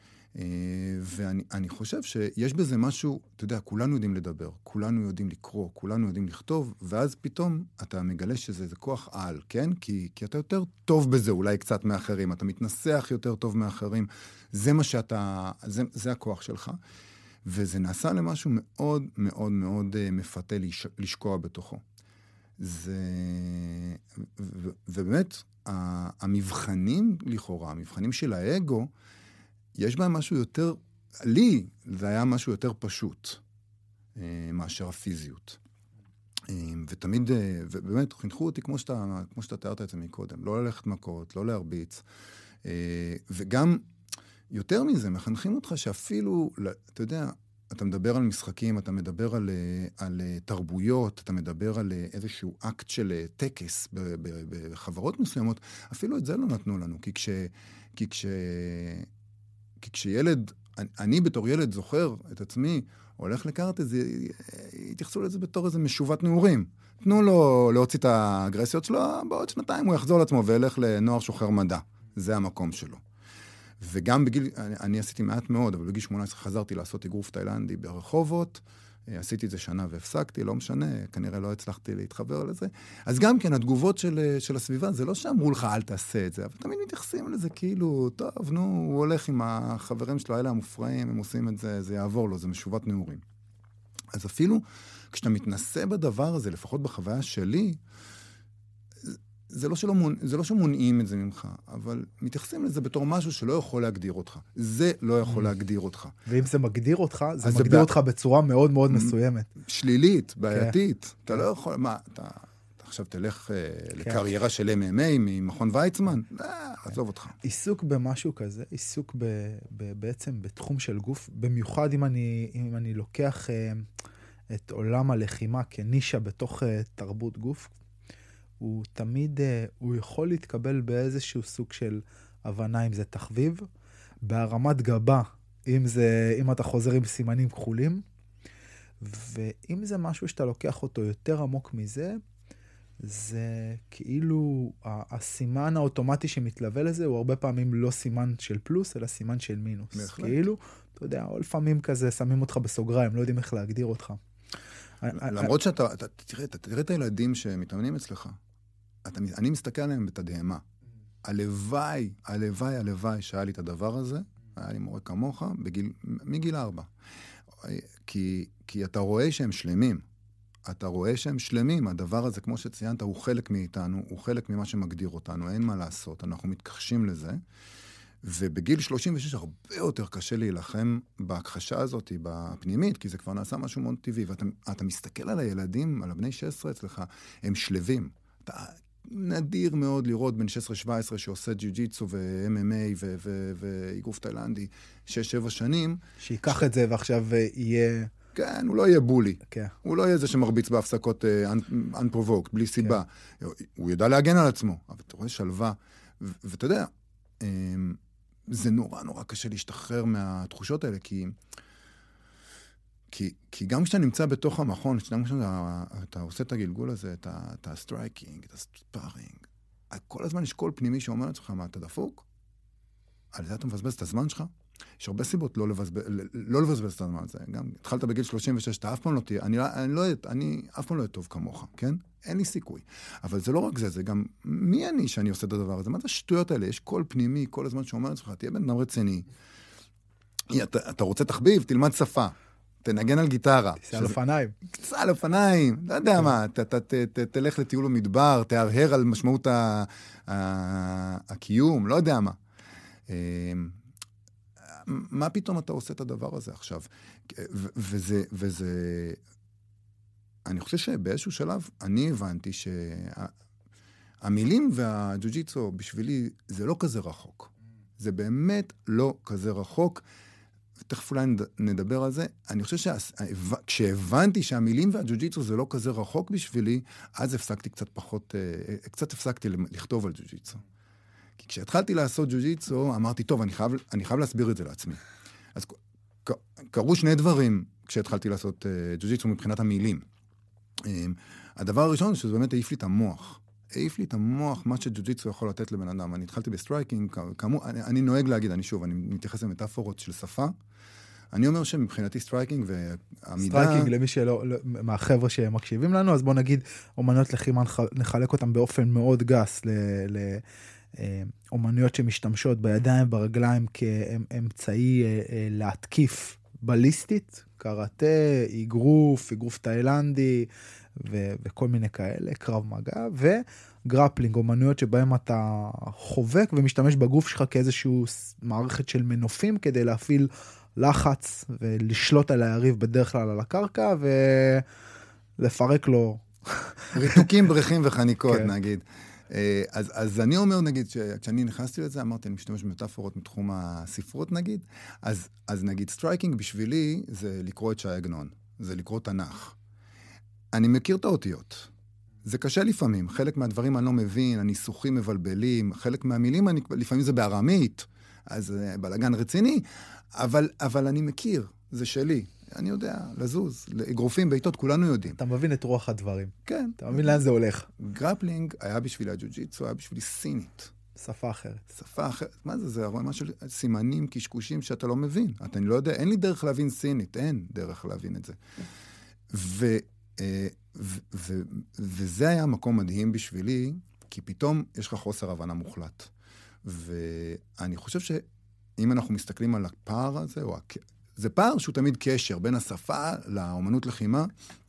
ואני חושב שיש בזה משהו, אתה יודע, כולנו יודעים לדבר, כולנו יודעים לקרוא, כולנו יודעים לכתוב, ואז פתאום אתה מגלה שזה כוח על, כן? כי אתה יותר טוב בזה, אולי קצת מאחרים, אתה מתנסח יותר טוב מאחרים, זה מה שאתה, זה הכוח שלך. וזה נעשה למשהו מאוד מאוד מאוד מפתה לשקוע בתוכו. ובאמת, המבחנים לכאורה, המבחנים של האגו, יש בהם משהו יותר, לי זה היה משהו יותר פשוט מאשר הפיזיות. ותמיד, ובאמת, חינכו אותי כמו שאתה תיארת את זה מקודם, לא ללכת מכות, לא להרביץ, וגם יותר מזה, מחנכים אותך שאפילו, אתה יודע, אתה מדבר על משחקים, אתה מדבר על תרבויות, אתה מדבר על איזשהו אקט של טקס בחברות מסוימות, אפילו את זה לא נתנו לנו, כי כשילד, אני בתור ילד זוכר את עצמי, הולך לקראת איזה, התייחסו לזה בתור איזה משובת נעורים. תנו לו להוציא את האגרסיות שלו, בעוד שנתיים הוא יחזור לעצמו וילך לנוער שוחר מדע. זה המקום שלו. וגם בגיל, אני עשיתי מעט מאוד, אבל בגיל 18 חזרתי לעשות אגרוף תאילנדי ברחובות, עשיתי את זה שנה והפסקתי, לא משנה, כנראה לא הצלחתי להתחבר לזה. אז גם כן, התגובות של הסביבה, זה לא שאמרו לך, אל תעשה את זה, אבל תמיד מתייחסים לזה כאילו, טוב, נו, הוא הולך עם החברים שלו, האלה המופרעים, הם עושים את זה, זה יעבור לו, זה משובת נעורים. אז אפילו, כשאתה מתנסה בדבר הזה, לפחות בחוויה שלי, זה לא שמונעים את זה ממך, אבל מתייחסים לזה בתור משהו שלא יכול להגדיר אותך. זה לא יכול להגדיר אותך. ואם זה מגדיר אותך, זה מגדיר אותך בצורה מאוד מאוד מסוימת. שלילית, בעייתית. אתה לא יכול, מה, אתה עכשיו תלך לקריירה של MMA ממכון ויצמן? עזוב אותך. עיסוק במשהו כזה, עיסוק בעצם בתחום של גוף, במיוחד אם אני לוקח את עולם הלחימה כנישה בתוך תרבות גוף, הוא תמיד, הוא יכול להתקבל באיזשהו סוג של הבנה, אם זה תחביב, בהרמת גבה, אם אתה חוזר עם סימנים כחולים, ואם זה משהו שאתה לוקח אותו יותר עמוק מזה, זה כאילו, הסימן האוטומטי שמתלווה לזה, הוא הרבה פעמים לא סימן של פלוס, אלא סימן של מינוס. בהחלט. כאילו, אתה יודע, או לפעמים כזה, שמים אותך בסוגריים, לא יודעים איך להגדיר אותך. למרות שאתה, תראה את הילדים שמתאמנים אצלך. אני מסתכל עליהם בתדהמה. הלוואי שהיה לי את הדבר הזה, היה לי מורה כמוך, מגיל 4. כי אתה רואה שהם שלמים. הדבר הזה, כמו שציינת, הוא חלק מאיתנו, הוא חלק ממה שמגדיר אותנו, אין מה לעשות, אנחנו מתכחשים לזה. ובגיל 36 הרבה יותר קשה להילחם בהכחשה הזאת, בפנימית, כי זה כבר נעשה משהו מאוד טבעי, ואתה מסתכל על הילדים, על הבני 16 אצלך, הם שלבים. אתה נדיר מאוד לראות בן 16-17 שעושה ג'יוג'יצו ו-MMA ואיגרוף תאילנדי 6-7 שנים. שיקח את זה ועכשיו יהיה... כן, הוא לא יהיה בולי. כן. הוא לא יהיה זה שמרביץ בהפסקות unprovoked, בלי סיבה. כן. הוא ידע להגן על עצמו, אבל אתה רואה שלווה, ואתה יודע, זה נורא קשה להשתחרר מהתחושות האלה, כי גם כשאתה נמצא בתוך המכון, גם כשאתה עושה את הגלגול הזה, את הסטרייקינג, את הספארינג, כל הזמן יש קול פנימי שאומר לעצמך, מה, אתה דפוק? על זה אתה מבזבז את הזמן שלך? יש הרבה סיבות לא לבזבז את הזמן הזה. גם התחלת בגיל 36, אתה אף פעם לא תהיה, אני אף פעם לא אהיה טוב כמוך, כן? אין לי סיכוי. אבל זה לא רק זה, זה גם מי אני שאני עושה את הדבר הזה? מה זה השטויות האלה? יש קול פנימי, כל הזמן שאומר לעצמך, תהיה בן אדם רציני. אתה רוצה תחביב? תלמד שפה. תנגן על גיטרה. תצא על אופניים. תצא על אופניים. לא יודע מה, תלך לטיול במדבר, תהרהר על משמעות הקיום, לא יודע מה. מה פתאום אתה עושה את הדבר הזה עכשיו? וזה... אני חושב שבאיזשהו שלב אני הבנתי שהמילים והג'ו-ג'יצו בשבילי זה לא כזה רחוק. זה באמת לא כזה רחוק. ותכף אולי נדבר על זה. אני חושב כשהבנתי שהמילים והג'ו-ג'יצו זה לא כזה רחוק בשבילי, אז הפסקתי קצת הפסקתי לכתוב על ג'ו-ג'יצו. כי כשהתחלתי לעשות ג'ו-ג'יצו, אמרתי, טוב, אני חייב להסביר את זה לעצמי. אז קרו שני דברים כשהתחלתי לעשות ג'ו-ג'יצו מבחינת המילים. הדבר הראשון שזה באמת העיף לי את המוח, מה שג'ו-ג'יצו יכול לתת לבן אדם. אני התחלתי בסטרייקינג, אני נוהג להגיד, אני מתייחס למטאפורות של שפה, אני אומר שמבחינתי סטרייקינג והעמידה... סטרייקינג למי שלא, מהחבר'ה שמקשיבים לנו, אז בוא נגיד, אומנויות לחימה נחלק אותם באופן מאוד גס אומנויות שמשתמשות בידיים, ברגליים, כאמצעי להתקיף בליסטית, קראטה, אגרוף תאילנדי, וכל מיני כאלה, קרב מגע, וגרפלינג, אומנויות שבהם אתה חובק ומשתמש בגוף שלך כאיזשהו מערכת של מנופים, כדי להפעיל לחץ ולשלוט על היריב בדרך כלל על הקרקע, ולפרק לו. ריתוקים, בריחים וחניקות, כן. נגיד. אז אני אומר, נגיד, כשאני נכנסתי לזה, אמרתי, אני משתמש במטאפורות מתחום הספרות, נגיד, אז נגיד, סטרייקינג בשבילי זה לקרוא את ש"י עגנון, זה לקרוא תנ"ך. אני מכיר את האותיות. זה קשה לפעמים, חלק מהדברים אני לא מבין, הניסוחים מבלבלים, חלק מהמילים, לפעמים זה בארמית, אז בלגן רציני, אבל אני מכיר, זה שלי. אני יודע, לזוז, אגרופים, בעיטות, כולנו יודעים. אתה מבין את רוח הדברים. כן. אתה מבין לאן זה הולך. גרפלינג היה בשביל הג'ו-ג'יטסו, היה בשביל סינית. שפה אחרת. שפה אחרת. מה זה? זה הרמה של סימנים, קשקושים שאתה לא מבין. אתה לא יודע, אין לי דרך להבין סינית, אין דרך להבין את זה. וזה היה מקום מדהים בשבילי, כי פתאום יש לך חוסר הבנה מוחלט. ואני חושב שאם אנחנו מסתכלים על הפער הזה, זה פער שהוא תמיד קשר בין השפה לאומנות לחימה.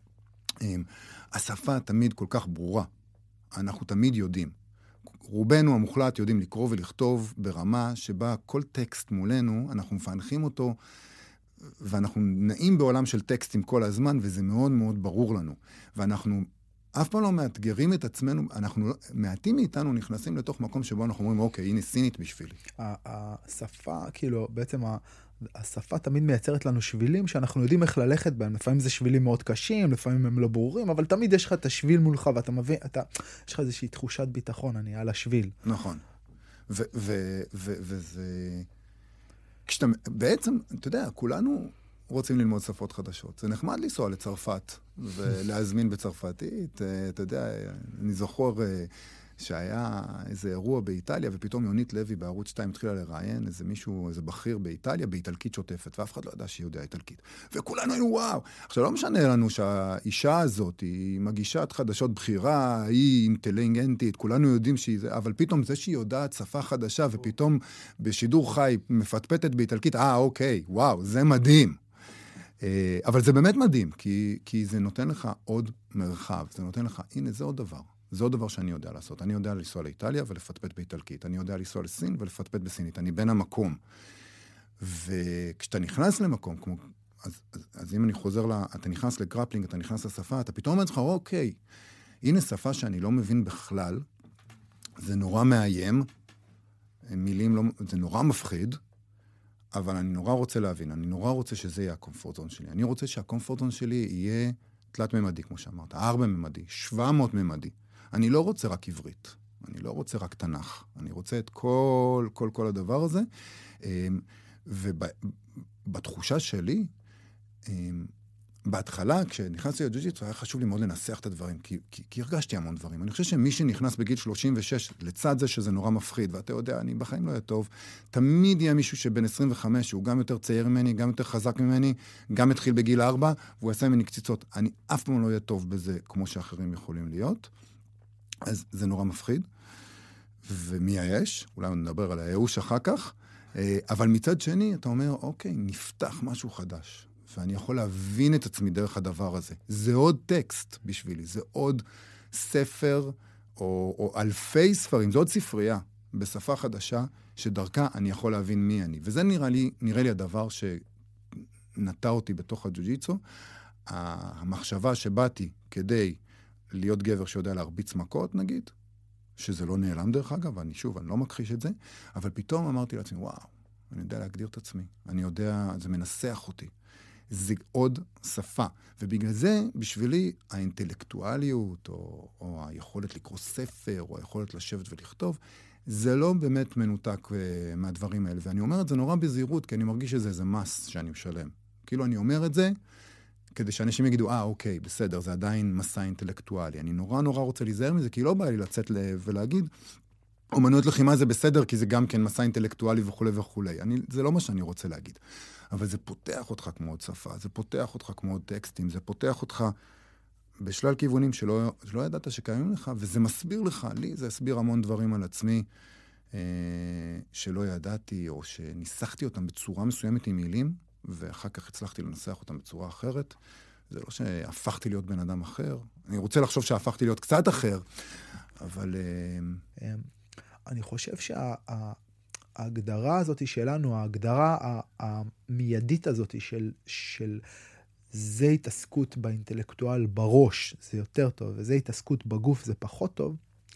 השפה תמיד כל כך ברורה. אנחנו תמיד יודעים. רובנו המוחלט יודעים לקרוא ולכתוב ברמה שבה כל טקסט מולנו, אנחנו מפענחים אותו, ואנחנו נעים בעולם של טקסטים כל הזמן, וזה מאוד מאוד ברור לנו. ואנחנו אף פעם לא מאתגרים את עצמנו, מעטים מאיתנו נכנסים לתוך מקום שבו אנחנו אומרים, אוקיי, הנה סינית בשבילי. השפה, כאילו, בעצם השפה תמיד מייצרת לנו שבילים שאנחנו יודעים איך ללכת בהם. לפעמים זה שבילים מאוד קשים, לפעמים הם לא ברורים, אבל תמיד יש לך את השביל מולך, ואתה מבין, יש לך איזושהי תחושת ביטחון, אני על השביל. נכון. וזה... בעצם, אתה יודע, כולנו רוצים ללמוד שפות חדשות. זה נחמד לנסוע לצרפת ולהזמין בצרפתית. אתה יודע, אני זוכר שהיה איזה אירוע באיטליה, ופתאום יונית לוי בערוץ 2 התחילה לראיין איזה מישהו, איזה בכיר באיטליה, באיטלקית שוטפת, ואף אחד לא ידע שהיא יודע איטלקית. וכולנו היינו וואו. עכשיו, לא משנה לנו שהאישה הזאת היא מגישת חדשות בחירה, היא אינטליגנטית, כולנו יודעים שהיא זה, אבל פתאום זה שהיא יודעת שפה חדשה, ופתאום בשידור חי מפטפטת באיטלקית, אוקיי, וואו, זה מדהים. אבל זה באמת מדהים, כי זה נותן לך עוד מרחב, זה נותן לך, הנה, זה עוד דבר. זה עוד דבר שאני יודע לעשות. אני יודע לנסוע לאיטליה ולפטפט באיטלקית. אני יודע לנסוע לסין ולפטפט בסינית. אני בין המקום. וכשאתה נכנס למקום, כמו, אז אם אני חוזר אתה נכנס לגרפלינג, אתה נכנס לשפה, אתה פתאום אומר לך, אוקיי, הנה שפה שאני לא מבין בכלל, זה נורא מאיים, מילים לא, זה נורא מפחיד, אבל אני נורא רוצה להבין, אני נורא רוצה שזה יהיה הקומפורט זון שלי. אני רוצה שהקומפורט זון שלי יהיה תלת-ממדי, כמו שאמרת, 4-ממדי, 700-ממדי. אני לא רוצה רק עברית, אני לא רוצה רק תנ"ך, אני רוצה את כל הדבר הזה, ובתחושה שלי, בהתחלה, כשנכנסתי לג'ו-ג'יטסו, היה חשוב לי מאוד לנסח את הדברים, כי הרגשתי המון דברים. אני חושב שמי שנכנס בגיל 36, לצד זה שזה נורא מפחיד, ואתה יודע, אני בחיים לא יהיה טוב, תמיד יהיה מישהו שבין 25, שהוא גם יותר צעיר ממני, גם יותר חזק ממני, גם התחיל בגיל 4, והוא יעשה ממני קציצות. אני אף פעם לא יהיה טוב בזה, כמו שאחרים יכולים להיות. אז זה נורא מפחיד. ומי היש? אולי נדבר על הייאוש אחר כך. אבל מצד שני, אתה אומר, אוקיי, נפתח משהו חדש. ואני יכול להבין את עצמי דרך הדבר הזה. זה עוד טקסט בשבילי, זה עוד ספר או אלפי ספרים, זה עוד ספרייה בשפה חדשה, שדרכה אני יכול להבין מי אני. וזה נראה לי הדבר שנטע אותי בתוך הג'ו-ג'יטסו. המחשבה שבאתי כדי להיות גבר שיודע להרביץ מכות, נגיד, שזה לא נעלם דרך אגב, אני לא מכחיש את זה, אבל פתאום אמרתי לעצמי, וואו, אני יודע להגדיר את עצמי, אני יודע, זה מנסח אותי. זה עוד שפה. ובגלל זה, בשבילי, האינטלקטואליות, או היכולת לקרוא ספר, או היכולת לשבת ולכתוב, זה לא באמת מנותק מהדברים האלה. ואני אומר את זה נורא בזהירות, כי אני מרגיש שזה איזה מס שאני משלם. כאילו אני אומר את זה, כדי שאנשים יגידו, אוקיי, בסדר, זה עדיין מסע אינטלקטואלי. אני נורא רוצה להיזהר מזה, כי לא בא לי לצאת ולהגיד, אומנויות לחימה זה בסדר, כי זה גם כן מסע אינטלקטואלי וכו' וכו'. זה לא מה שאני רוצה להגיד. אבל זה פותח אותך כמו עוד שפה, זה פותח אותך כמו עוד טקסטים, זה פותח אותך בשלל כיוונים שלא ידעת שקיימים לך, וזה מסביר לך, לי זה הסביר המון דברים על עצמי, שלא ידעתי, או שניסחתי אותם בצורה מסוימת עם מילים, ואחר כך הצלחתי לנסח אותם בצורה אחרת. זה לא שהפכתי להיות בן אדם אחר. אני רוצה לחשוב שהפכתי להיות קצת אחר, אבל... אני חושב ההגדרה הזאת שלנו, ההגדרה המיידית הזאת של זה התעסקות באינטלקטואל בראש, זה יותר טוב, וזה התעסקות בגוף, זה פחות טוב,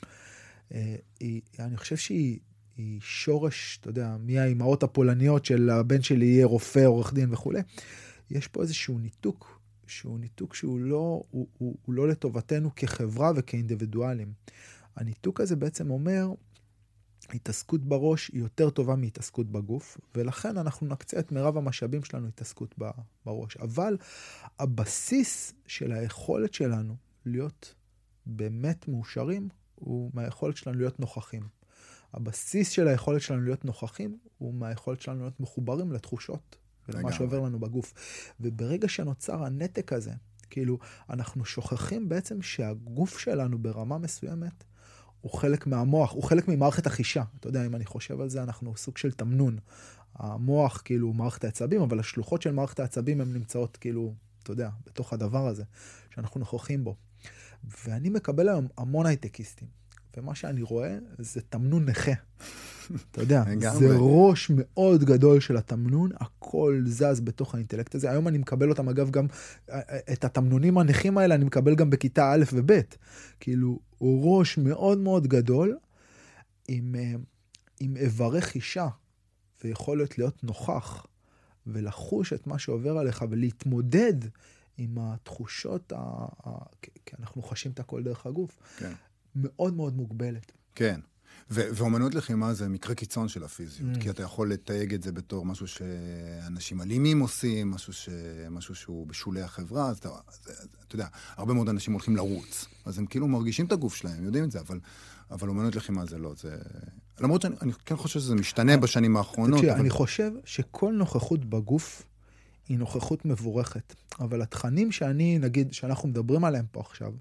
אני חושב שהיא שורש, אתה יודע, מי האימהות הפולניות של הבן שלי יהיה רופא, עורך דין וכו'. יש פה איזשהו ניתוק, שהוא לא לטובתנו כחברה וכאינדיבידואלים. הניתוק הזה בעצם אומר, התעסקות בראש היא יותר טובה מהתעסקות בגוף, ולכן אנחנו נקצה את מרב המשאבים שלנו התעסקות בראש. אבל הבסיס של היכולת שלנו להיות באמת מאושרים, הוא מהיכולת שלנו להיות נוכחים. הבסיס של היכולת שלנו להיות נוכחים, הוא מהיכולת שלנו להיות מחוברים לתחושות, ולמה שעובר לנו בגוף. וברגע שנוצר הנתק הזה, כאילו, אנחנו שוכחים בעצם שהגוף שלנו ברמה מסוימת, הוא חלק מהמוח, הוא חלק ממערכת החישה. אתה יודע, אם אני חושב על זה, אנחנו סוג של תמנון. המוח, כאילו, הוא מערכת העצבים, אבל השלוחות של מערכת העצבים הן נמצאות, כאילו, אתה יודע, בתוך הדבר הזה, שאנחנו נוכחים בו. ואני מקבל היום המון הייטקיסטים, ומה שאני רואה זה תמנון נכה. אתה יודע, זה ראש מאוד גדול של התמנון, הכל זז בתוך האינטלקט הזה. היום אני מקבל אותם, אגב, גם את התמנונים הנכים האלה, אני מקבל גם בכיתה א' וב'. כאילו, הוא ראש מאוד מאוד גדול, עם איברי חישה, ויכולת להיות נוכח, ולחוש את מה שעובר עליך, ולהתמודד עם התחושות, כי אנחנו חשים את הכל דרך הגוף. כן. מאוד מאוד מוגבלת. כן. ואומנות לחימה זה מקרה קיצון של הפיזיות, כי אתה יכול לתייג את זה בתור משהו שאנשים אלימים עושים, משהו שהוא בשולי החברה, אז אתה יודע, הרבה מאוד אנשים הולכים לרוץ, אז הם כאילו מרגישים את הגוף שלהם, יודעים את זה, אבל אומנות לחימה זה לא, למרות שאני כן חושב שזה משתנה בשנים האחרונות. אני חושב שכל נוכחות בגוף היא נוכחות מבורכת, אבל התכנים נגיד, שאנחנו מדברים עליהם פה עכשיו,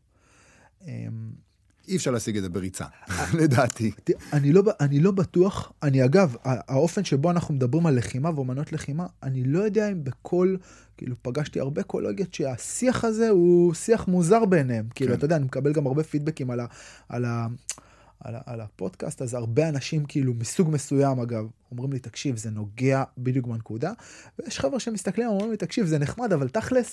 אי אפשר להשיג את זה בריצה, לדעתי. אני לא בטוח, אגב, האופן שבו אנחנו מדברים על לחימה ואומנות לחימה, אני לא יודע אם בכל, כאילו פגשתי הרבה קולוגיות שהשיח הזה הוא שיח מוזר ביניהם. כאילו, אתה יודע, אני מקבל גם הרבה פידבקים על הפודקאסט, אז הרבה אנשים כאילו מסוג מסוים, אגב, אומרים לי, תקשיב, זה נוגע בדיוק בנקודה, ויש חבר'ה שמסתכלים, אומרים לי, תקשיב, זה נחמד, אבל תכלס,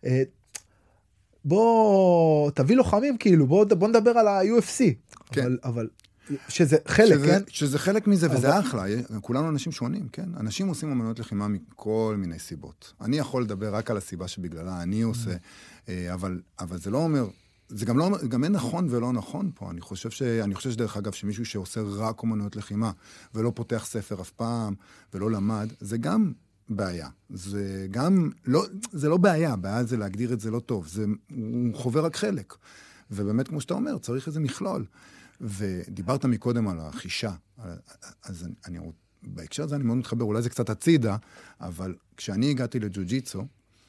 בוא תביא לוחמים, כאילו, בוא נדבר על ה-UFC. כן. אבל שזה חלק, כן? שזה חלק מזה, וזה אחלה. כולנו אנשים שונים, כן? אנשים עושים אומנות לחימה מכל מיני סיבות. אני יכול לדבר רק על הסיבה שבגללה אני עושה, אבל זה לא אומר, זה גם אין נכון ולא נכון פה. אני חושב שדרך אגב, שמישהו שעושה רק אומנות לחימה, ולא פותח ספר אף פעם, ולא למד, זה גם בעיה. זה גם, זה לא בעיה, בעיה זה להגדיר את זה לא טוב. הוא חובר רק חלק. ובאמת, כמו שאתה אומר, צריך איזה מכלול. ודיברת מקודם על החישה. אז בהקשר הזה אני מאוד מתחבר, אולי זה קצת הצידה, אבל כשאני הגעתי לג'ו-ג'יצו,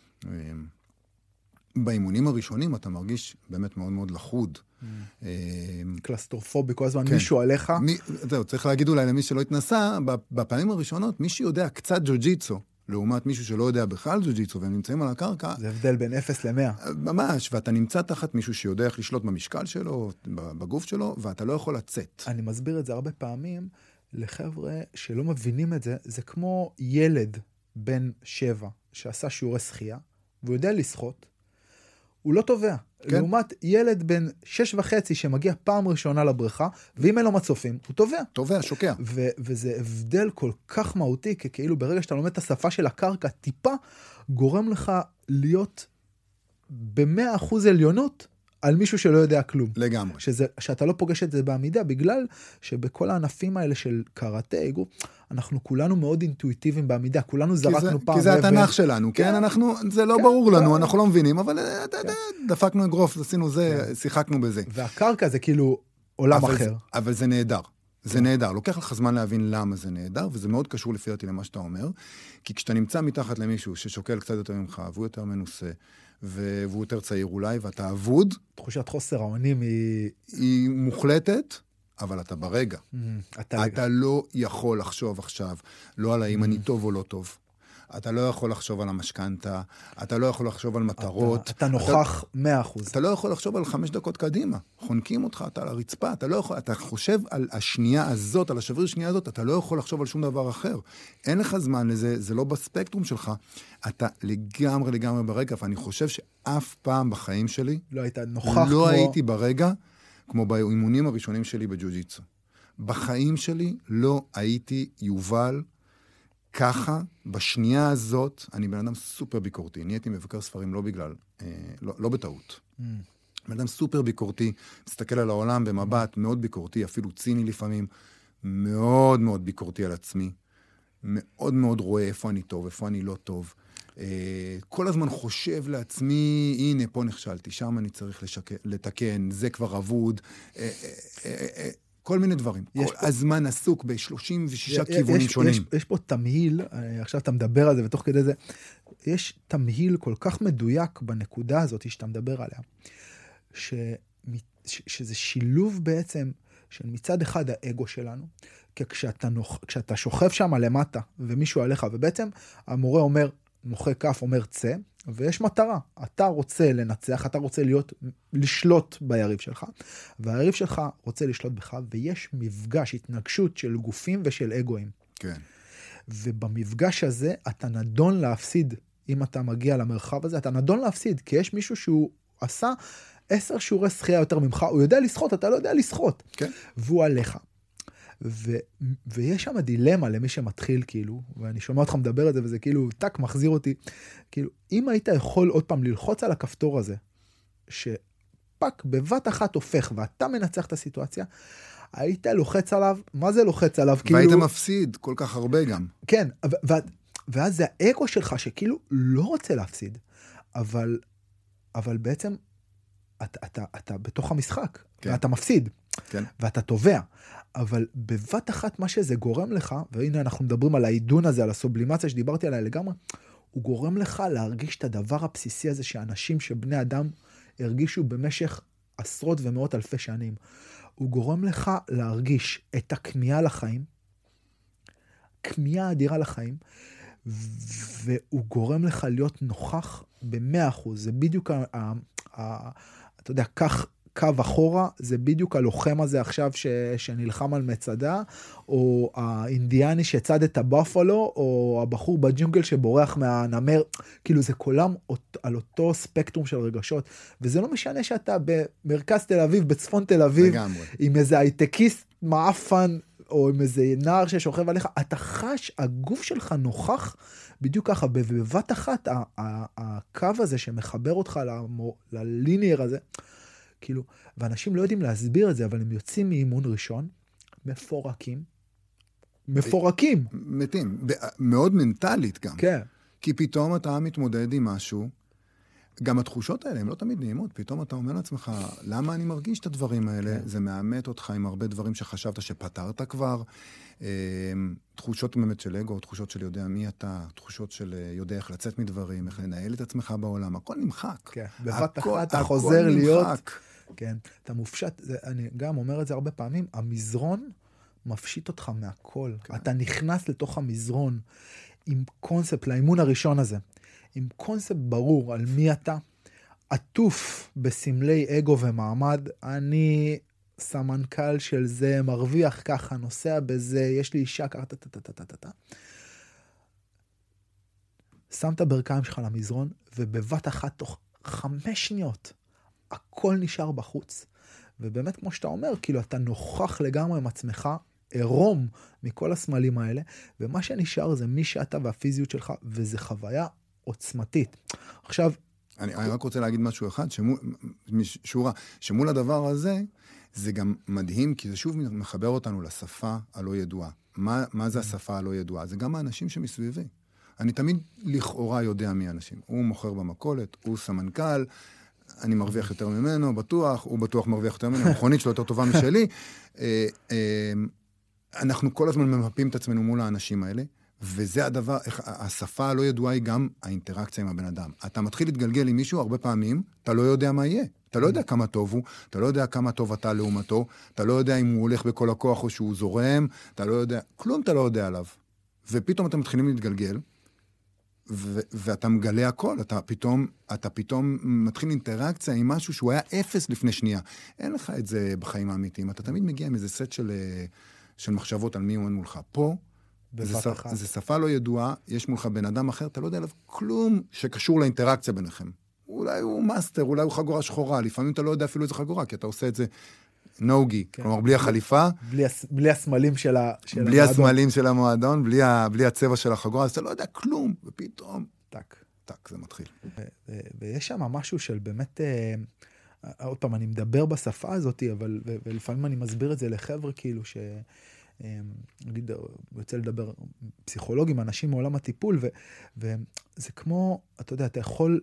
באימונים הראשונים אתה מרגיש באמת מאוד מאוד לחוד. קלסטרופובי, כל הזמן מישהו עליך. זהו, צריך להגיד אולי למי שלא התנסה, בפעמים הראשונות, מי שיודע קצת ג'ו-ג'יצו, לעומת מישהו שלא יודע בכלל ג'ו-ג'יצו, והם נמצאים על הקרקע. זה הבדל בין 0 ל-100. ממש, ואתה נמצא תחת מישהו שיודע איך לשלוט במשקל שלו, בגוף שלו, ואתה לא יכול לצאת. אני מסביר את זה הרבה פעמים לחבר'ה שלא מבינים את זה, זה כמו ילד בן 7 שעשה שיעורי שחייה, והוא יודע לשחות, הוא לא טובע. כן. לעומת ילד בן 6.5 שמגיע פעם ראשונה לבריכה, ואם אין לו מצופים, הוא טובע. טובע, שוקע. וזה הבדל כל כך מהותי, כי כאילו ברגע שאתה לומד את השפה של הקרקע, טיפה גורם לך להיות ב100% עליונות על מישהו שלא יודע כלום. לגמרי. שאתה לא פוגש את זה בעמידה, בגלל שבכל הענפים האלה של קראטה, אנחנו כולנו מאוד אינטואיטיביים בעמידה, כולנו זרקנו פעם. כי זה התנ"ך שלנו, כן? זה לא ברור לנו, אנחנו לא מבינים, אבל דפקנו אגרוף, עשינו זה, שיחקנו בזה. והקרקע זה כאילו עולם אחר. אבל זה נהדר. זה נהדר. לוקח לך זמן להבין למה זה נהדר, וזה מאוד קשור לפי דעתי למה שאתה אומר, כי כשאתה נמצא מתחת למישהו ששוקל קצת יותר ממך, והוא יותר מנוסה, והוא יותר צעיר אולי, ואתה אבוד. תחושת חוסר האונים היא מוחלטת, אבל אתה ברגע. אתה לא יכול לחשוב עכשיו, לא על האם אני טוב או לא טוב. אתה לא יכול לחשוב על המשכנתה, אתה לא יכול לחשוב על מטרות. אתה נוכח 100%. אתה לא יכול לחשוב על 5 דקות קדימה. חונקים אותך, אתה על הרצפה, אתה חושב על השנייה הזאת, על השבריר שנייה הזאת, אתה לא יכול לחשוב על שום דבר אחר. אין לך זמן לזה, זה לא בספקטרום שלך. אתה לגמרי ברגע, ואני חושב שאף פעם בחיים שלי, לא היית נוכח לא הייתי ברגע, כמו באימונים הראשונים שלי בג'ו-ג'יטסו. בחיים שלי לא הייתי יובל ככה, בשנייה הזאת, אני בן אדם סופר ביקורתי. נהייתי מבקר ספרים לא בגלל, לא בטעות. בן אדם סופר ביקורתי, מסתכל על העולם במבט מאוד ביקורתי, אפילו ציני לפעמים, מאוד מאוד ביקורתי על עצמי, מאוד מאוד רואה איפה אני טוב, איפה אני לא טוב. כל הזמן חושב לעצמי, הנה, פה נכשלתי, שם אני צריך לתקן, זה כבר אבוד, כל מיני דברים. כל הזמן עסוק ב36 כיוונים שונים. יש פה תמהיל, עכשיו אתה מדבר על זה, ותוך כדי זה, יש תמהיל כל כך מדויק בנקודה הזאת שאתה מדבר עליה, שזה שילוב בעצם של מצד אחד האגו שלנו, כי כשאתה שוכב שם למטה ומישהו עליך, ובעצם המורה אומר, מוחא כף אומר צא, ויש מטרה. אתה רוצה לנצח, אתה רוצה לשלוט ביריב שלך, והיריב שלך רוצה לשלוט בך, ויש מפגש, התנגשות של גופים ושל אגואים. כן. ובמפגש הזה אתה נדון להפסיד, אם אתה מגיע למרחב הזה, אתה נדון להפסיד, כי יש מישהו שהוא עשה 10 שיעורי שחייה יותר ממך, הוא יודע לשחות, אתה לא יודע לשחות. כן. והוא עליך. ויש שם דילמה למי שמתחיל, כאילו, ואני שומע אותך מדבר את זה, וזה כאילו, טק, מחזיר אותי. כאילו, אם היית יכול עוד פעם ללחוץ על הכפתור הזה, שפק בבת אחת הופך, ואתה מנצח את הסיטואציה, היית לוחץ עליו, מה זה לוחץ עליו? והיית כאילו, מפסיד כל כך הרבה גם. כן, ואז זה האגו שלך, שכאילו לא רוצה להפסיד, אבל בעצם, אתה בתוך המשחק, כן. ואתה מפסיד. כן. ואתה תובע, אבל בבת אחת מה שזה גורם לך, והנה אנחנו מדברים על העידון הזה, על הסובלימציה שדיברתי עליה לגמרי, הוא גורם לך להרגיש את הדבר הבסיסי הזה שאנשים, שבני אדם הרגישו במשך עשרות ומאות אלפי שנים. הוא גורם לך להרגיש את הכמיהה לחיים, כמיהה אדירה לחיים, והוא גורם לך להיות נוכח ב100%. זה בדיוק, אתה יודע, כך, קו אחורה, זה בדיוק הלוחם הזה עכשיו שנלחם על מצדה, או האינדיאני שצד את הבאפלו, או הבחור בג'ונגל שבורח מהנמר, כאילו זה כולם על אותו ספקטרום של רגשות, וזה לא משנה שאתה במרכז תל אביב, בצפון תל אביב, לגמרי. עם איזה הייטקיסט מעפן, או עם איזה נער ששוכב עליך, אתה חש, הגוף שלך נוכח, בדיוק ככה, בבת אחת, הקו הזה שמחבר אותך לליניאר הזה, כאילו, ואנשים לא יודעים להסביר את זה, אבל הם יוצאים מאימון ראשון, מפורקים. מתים, מאוד מנטלית גם. כן. כי פתאום אתה מתמודד עם משהו, גם התחושות האלה, הן לא תמיד נעימות, פתאום אתה אומר לעצמך, למה אני מרגיש את הדברים האלה? כן. זה מאמת אותך עם הרבה דברים שחשבת שפתרת כבר, תחושות באמת של אגו, תחושות של יודע מי אתה, תחושות של יודע איך לצאת מדברים, איך לנהל את עצמך בעולם, הכל נמחק. כן, בבת אחת אתה חוזר להיות... נמחק. כן, אתה מופשט, אני גם אומר את זה הרבה פעמים, המזרון מפשיט אותך מהכל. כן. אתה נכנס לתוך המזרון עם קונספט, לאימון הראשון הזה, עם קונספט ברור על מי אתה, עטוף בסמלי אגו ומעמד, אני סמנכ"ל של זה, מרוויח ככה, נוסע בזה, יש לי אישה ככה, שם את הברכיים שלך למזרון, ובבת אחת תוך 5 שניות, הכל נשאר בחוץ. ובאמת, כמו שאתה אומר, כאילו, אתה נוכח לגמרי עם עצמך, עירום מכל הסמלים האלה, ומה שנשאר זה מי שאתה והפיזיות שלך, וזה חוויה עוצמתית. עכשיו... אני רק רוצה להגיד משהו אחד, שמול הדבר הזה, זה גם מדהים, כי זה שוב מחבר אותנו לשפה הלא ידועה. מה זה השפה הלא ידועה? זה גם האנשים שמסביבי. אני תמיד לכאורה יודע מי האנשים. הוא מוכר במכולת, הוא סמנכ"ל, אני מרוויח יותר ממנו, בטוח, הוא בטוח מרוויח יותר ממנו, המכונית שלו יותר טובה משלי. אנחנו כל הזמן ממפים את עצמנו מול האנשים האלה, וזה הדבר, השפה הלא ידועה היא גם האינטראקציה עם הבן אדם. אתה מתחיל להתגלגל עם מישהו, הרבה פעמים, אתה לא יודע מה יהיה. אתה לא יודע כמה טוב הוא, אתה לא יודע כמה טוב אתה לעומתו, אתה לא יודע אם הוא הולך בכל הכוח או שהוא זורם, אתה לא יודע, כלום אתה לא יודע עליו. ופתאום אתם מתחילים להתגלגל, ואתה מגלה הכל, אתה פתאום מתחיל אינטראקציה עם משהו שהוא היה 0 לפני שנייה. אין לך את זה בחיים האמיתיים, אתה תמיד מגיע עם איזה סט של מחשבות על מי הוא מולך. פה, זה שפה לא ידועה, יש מולך בן אדם אחר, אתה לא יודע עליו כלום שקשור לאינטראקציה ביניכם. אולי הוא מאסטר, אולי הוא חגורה שחורה, לפעמים אתה לא יודע אפילו איזה חגורה, כי אתה עושה את זה נוגי, כלומר בלי החליפה. בלי הסמלים של המועדון. בלי הסמלים של המועדון, בלי הצבע של החגורה, אז אתה לא יודע כלום, ופתאום, טק, זה מתחיל. ויש שם משהו של באמת, עוד פעם, אני מדבר בשפה הזאת, אבל ולפעמים אני מסביר את זה לחבר'ה, כאילו נגיד, יוצא לדבר פסיכולוגים, אנשים מעולם הטיפול, וזה כמו, אתה יודע, אתה יכול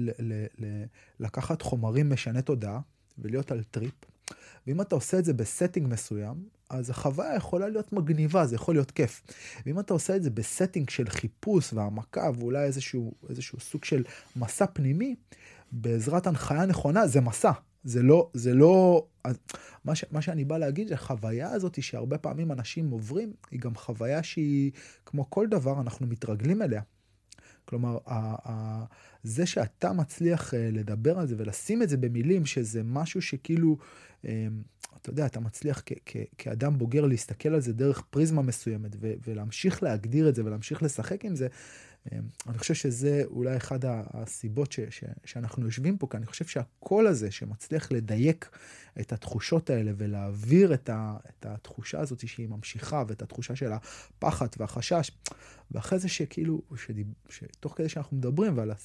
לקחת חומרים משנה תודעה, ולהיות על טריפ, ואם אתה עושה את זה בסטינג מסוים, אז החוויה יכולה להיות מגניבה, זה יכול להיות כיף. ואם אתה עושה את זה בסטינג של חיפוש והעמקה, ואולי איזשהו סוג של מסע פנימי, בעזרת הנחיה נכונה, זה מסע. זה לא, מה שאני בא להגיד, שהחוויה הזאת שהרבה פעמים אנשים עוברים, היא גם חוויה שהיא, כמו כל דבר, אנחנו מתרגלים אליה. כלומר, זה שאתה מצליח לדבר על זה ולשים את זה במילים, שזה משהו שכאילו, אתה יודע, אתה מצליח כאדם בוגר להסתכל על זה דרך פריזמה מסוימת, ולהמשיך להגדיר את זה ולהמשיך לשחק עם זה, אני חושב שזה אולי אחד הסיבות שאנחנו יושבים פה, כי אני חושב שהקול הזה שמצליח לדייק את התחושות האלה ולהעביר את התחושה הזאת שהיא ממשיכה, ואת התחושה של הפחד והחשש, ואחרי זה שכאילו, שתוך כדי שאנחנו מדברים ועל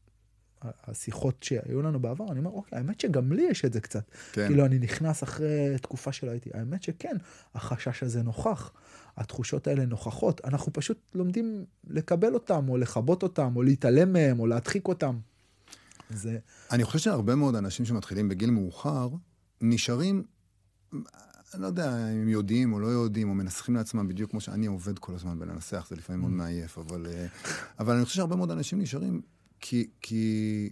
השיחות שהיו לנו בעבר, אני אומר, אוקיי, האמת שגם לי יש את זה קצת. כן. כאילו אני נכנס אחרי תקופה של הייתי, האמת שכן, החשש הזה נוכח. התחושות האלה נוכחות, אנחנו פשוט לומדים לקבל אותם, או לחבות אותם, או להתעלם מהם, או להדחיק אותם. אני חושב שהרבה מאוד אנשים שמתחילים בגיל מאוחר, נשארים, אני לא יודע אם הם יודעים או לא יודעים, או מנסחים לעצמם בדיוק כמו שאני עובד כל הזמן בלנסח, זה לפעמים מאוד מעייף, אבל אני חושב שהרבה מאוד אנשים נשארים, כי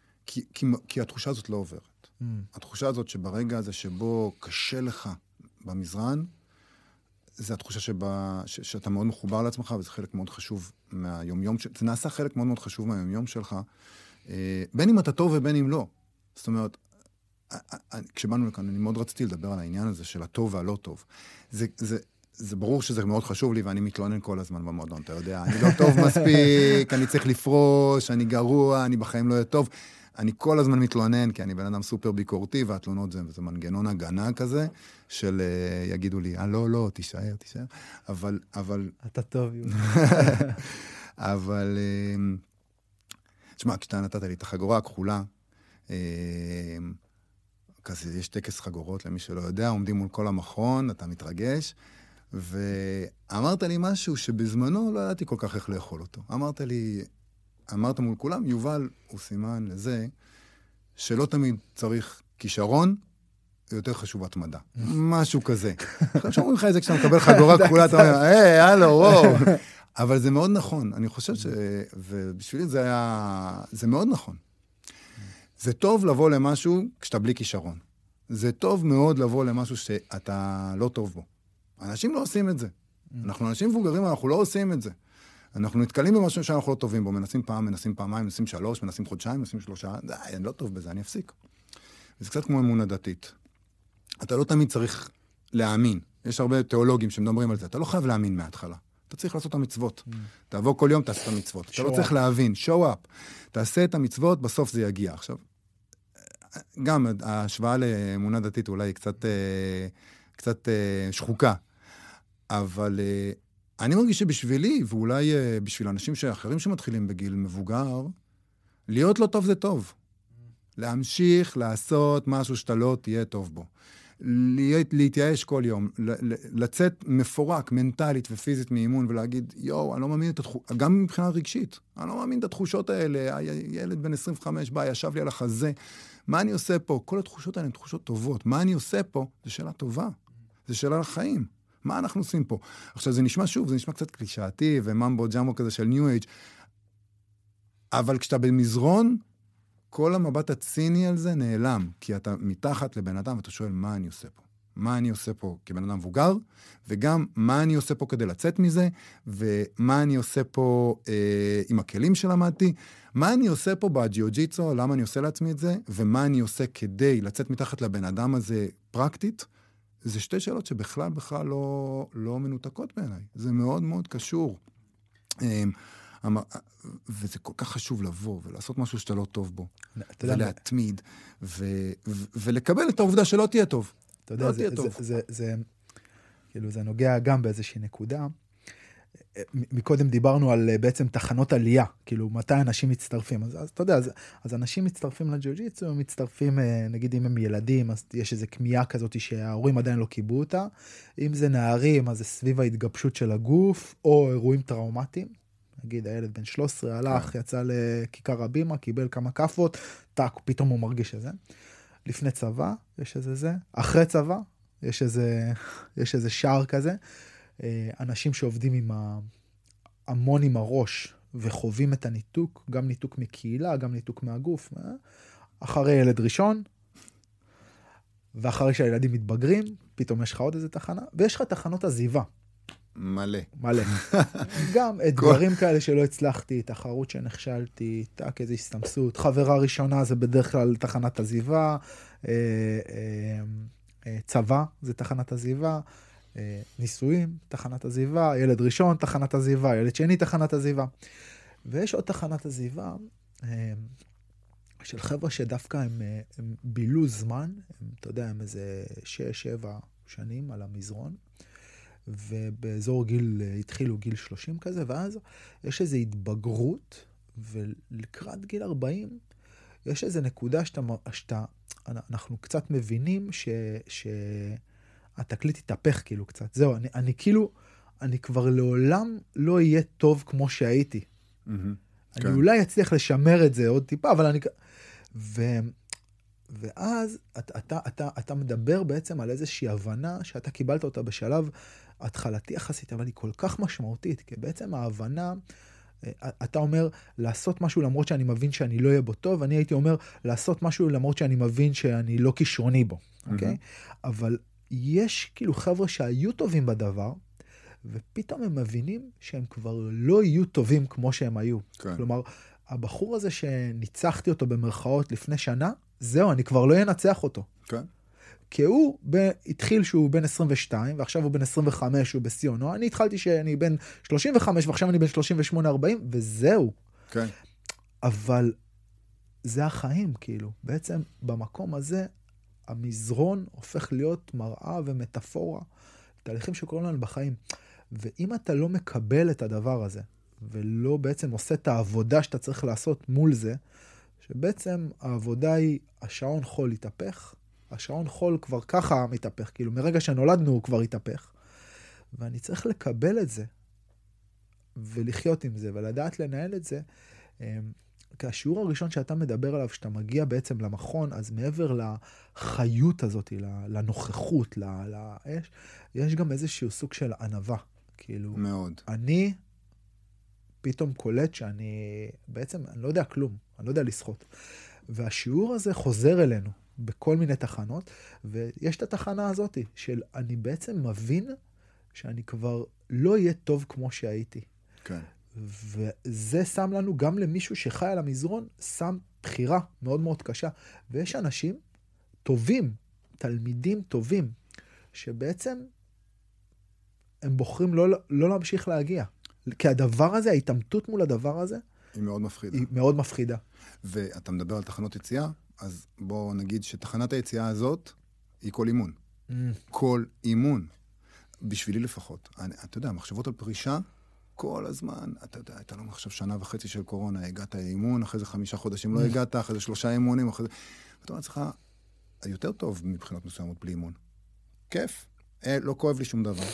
התחושה הזאת לא עוברת. התחושה הזאת שברגע הזה שבו קשה לך במזרן, זה התחושה שאתה מאוד מחובר לעצמך, וזה חלק מאוד חשוב מהיומיום, זה נעשה חלק מאוד מאוד חשוב מהיומיום שלך, בין אם אתה טוב ובין אם לא. זאת אומרת, כשבאנו לכאן, אני מאוד רציתי לדבר על העניין הזה של הטוב והלא טוב. זה ברור שזה מאוד חשוב לי, ואני מתלונן כל הזמן במועדון, אתה יודע, אני לא טוב מספיק, אני צריך לפרוש, אני גרוע, אני בחיים לא יהיה טוב. אני כל הזמן מתלונן, כי אני בן אדם סופר ביקורתי, והתלונות זה מנגנון הגנה כזה, של יגידו לי, לא, תישאר. אבל... אתה טוב, יולי. אבל... תשמע, כשאתה נתת לי את החגורה הכחולה, כזה, יש טקס חגורות למי שלא יודע, עומדים מול כל המכון, אתה מתרגש, ואמרת לי משהו שבזמנו לא ידעתי כל כך איך לאכול אותו. אמרת מול כולם, יובל הוא סימן לזה, שלא תמיד צריך כישרון, יותר חשוב התמדה. משהו כזה. עכשיו שאומרים לך את זה כשאתה מקבל חגורה כחולה, אתה אומר, הלו, וואו. אבל זה מאוד נכון. אני חושב ובשבילי זה מאוד נכון. זה טוב לבוא למשהו כשאתה בלי כישרון. זה טוב מאוד לבוא למשהו שאתה לא טוב בו. אנשים לא עושים את זה. אנחנו אנשים מבוגרים, אנחנו לא עושים את זה. אנחנו נתקלים במשהו שאנחנו לא טובים בו. מנסים פעם, מנסים פעמיים, מנסים 3, מנסים חודשיים, מנסים 3. אני לא טוב בזה, אני אפסיק. זה קצת כמו אמונה דתית. אתה לא תמיד צריך להאמין. יש הרבה תיאולוגים שמדברים על זה. אתה לא חייב להאמין מההתחלה. אתה צריך לעשות את המצוות. תבוא כל יום, תעשה את המצוות. אתה לא צריך להבין. show up. תעשה את המצוות, בסוף זה יגיע. עכשיו, גם ההשוואה לאמונה דתית אולי היא קצת שחוקה. אבל אני מרגיש שבשבילי, ואולי בשביל אנשים אחרים שמתחילים בגיל מבוגר, להיות לא טוב זה טוב. להמשיך לעשות משהו שאתה לא תהיה טוב בו. להתייאש כל יום, לצאת מפורק, מנטלית ופיזית מאימון, ולהגיד, אני לא מאמין גם מבחינה רגשית, אני לא מאמין את התחושות האלה, הילד בן 25 בא, ישב לי על החזה, מה אני עושה פה? כל התחושות האלה הן תחושות טובות, מה אני עושה פה? זו שאלה טובה, זו שאלה לחיים, מה אנחנו עושים פה? עכשיו זה נשמע שוב, זה נשמע קצת קלישאתי, וממבו ג'מבו כזה של ניו אייג', אבל כשאתה במזרון, כל המבט הציני על זה נעלם, כי אתה מתחת לבן אדם, ואתה שואל, מה אני עושה פה? מה אני עושה פה כבן אדם מבוגר, וגם מה אני עושה פה כדי לצאת מזה, ומה אני עושה פה עם הכלים שלמדתי, מה אני עושה פה בג'יוג'יצו, למה אני עושה לעצמי את זה, ומה אני עושה כדי לצאת מתחת לבן אדם הזה פרקטית, זה שתי שאלות שבכלל לא מנותקות בעיניי. זה מאוד מאוד קשור. וזה כל כך חשוב לבוא ולעשות משהו שאתה לא טוב בו, ולהתמיד, ולקבל את העובדה שלא תהיה טוב. אתה יודע, זה נוגע גם באיזושהי נקודה. מקודם דיברנו על בעצם תחנות עלייה, כאילו מתי אנשים מצטרפים. אז אתה יודע, אז אנשים מצטרפים לג'יוג'יצו, הם מצטרפים, נגיד אם הם ילדים, אז יש איזו כמיהה כזאת שההורים עדיין לא קיבלו אותה. אם זה נערים, אז זה סביב ההתגבשות של הגוף, או אירועים טראומטיים. נגיד, הילד בן 13 הלך, יצא לכיכר הבימה, קיבל כמה כפות, טק, פתאום הוא מרגיש את זה. לפני צבא, יש איזה זה. אחרי צבא, יש איזה שער כזה. אנשים שעובדים המון עם הראש, וחווים את הניתוק, גם ניתוק מקהילה, גם ניתוק מהגוף. אחרי ילד ראשון, ואחרי שהילדים מתבגרים, פתאום יש לך עוד איזה תחנה, ויש לך תחנות עזיבה. מלא. גם אתגרים כאלה שלא הצלחתי, תחרות שנכשלתי, תק איזו הסתמסות, חברה ראשונה זה בדרך כלל תחנת עזיבה, צבא זה תחנת עזיבה, נישואים, תחנת עזיבה, ילד ראשון, תחנת עזיבה, ילד שני, תחנת עזיבה. ויש עוד תחנת עזיבה של חבר'ה שדווקא הם בילו זמן, אתה יודע, הם איזה 6-7 שנים על המזרון, ובאזור התחילו גיל 30 כזה, ואז יש איזו התבגרות, ולקראת גיל 40, יש איזו נקודה אנחנו קצת מבינים שהתקליט יתהפך כאילו קצת. זהו, אני כבר לעולם לא אהיה טוב כמו שהייתי. אני אולי אצליח לשמר את זה עוד טיפה, אבל אני... ואז אתה מדבר בעצם על איזושהי הבנה שאתה קיבלת אותה בשלב התחלתי יחסית, אבל היא כל כך משמעותית, כי בעצם ההבנה, אתה אומר לעשות משהו למרות שאני מבין שאני לא אהיה בו טוב, אני הייתי אומר לעשות משהו למרות שאני מבין שאני לא כישרוני בו, אוקיי? אבל יש כאילו חבר'ה שהיו טובים בדבר, ופתאום הם מבינים שהם כבר לא יהיו טובים כמו שהם היו. כלומר, הבחור הזה שניצחתי אותו במרכאות לפני שנה, זהו, אני כבר לא אנצח אותו. כן. כי הוא התחיל שהוא בן 22, ועכשיו הוא בן 25, הוא בסיונו. אני התחלתי שאני בן 35, ועכשיו אני בן 38-40, וזהו. כן. אבל זה החיים, כאילו. בעצם במקום הזה, המזרון הופך להיות מראה ומטאפורה, תהליכים שקוראים לנו בחיים. ואם אתה לא מקבל את הדבר הזה, ולא בעצם עושה את העבודה שאתה צריך לעשות מול זה, שבעצם העבודה היא, השעון חול יתהפך, השעון חול כבר ככה מתהפך, כאילו מרגע שנולדנו הוא כבר יתהפך, ואני צריך לקבל את זה, ולחיות עם זה, ולדעת לנהל את זה, כי השיעור הראשון שאתה מדבר עליו, שאתה מגיע בעצם למכון, אז מעבר לחיות הזאת, לנוכחות, יש גם איזשהו סוג של ענווה, כאילו, מאוד. אני פתאום קולט שאני בעצם, אני לא יודע כלום, אני לא יודע לשחות. והשיעור הזה חוזר אלינו בכל מיני תחנות, ויש את התחנה הזאת של אני בעצם מבין שאני כבר לא אהיה טוב כמו שהייתי. כן. וזה שם לנו גם למישהו שחי על המזרון, שם בחירה מאוד מאוד קשה. ויש אנשים טובים, תלמידים טובים, שבעצם הם בוחרים לא להמשיך להגיע. כי הדבר הזה, ההתאמתות מול הדבר הזה, היא מאוד מפחידה. היא מאוד מפחידה. ואתה מדבר על תחנות יציאה, אז בואו נגיד שתחנת היציאה הזאת היא כל אימון. כל אימון. בשבילי לפחות. אתה יודע, מחשבות על פרישה, כל הזמן, אתה יודע, הייתה לנו עכשיו 1.5 שנה של קורונה, הגעת לאימון, אחרי זה 5 חודשים לא הגעת, אחרי זה 3 אימונים, אחרי זה... אתה אומר, צריכה יותר טוב מבחינות מסוימות בלי אימון. כיף. לא כואב לי שום דבר.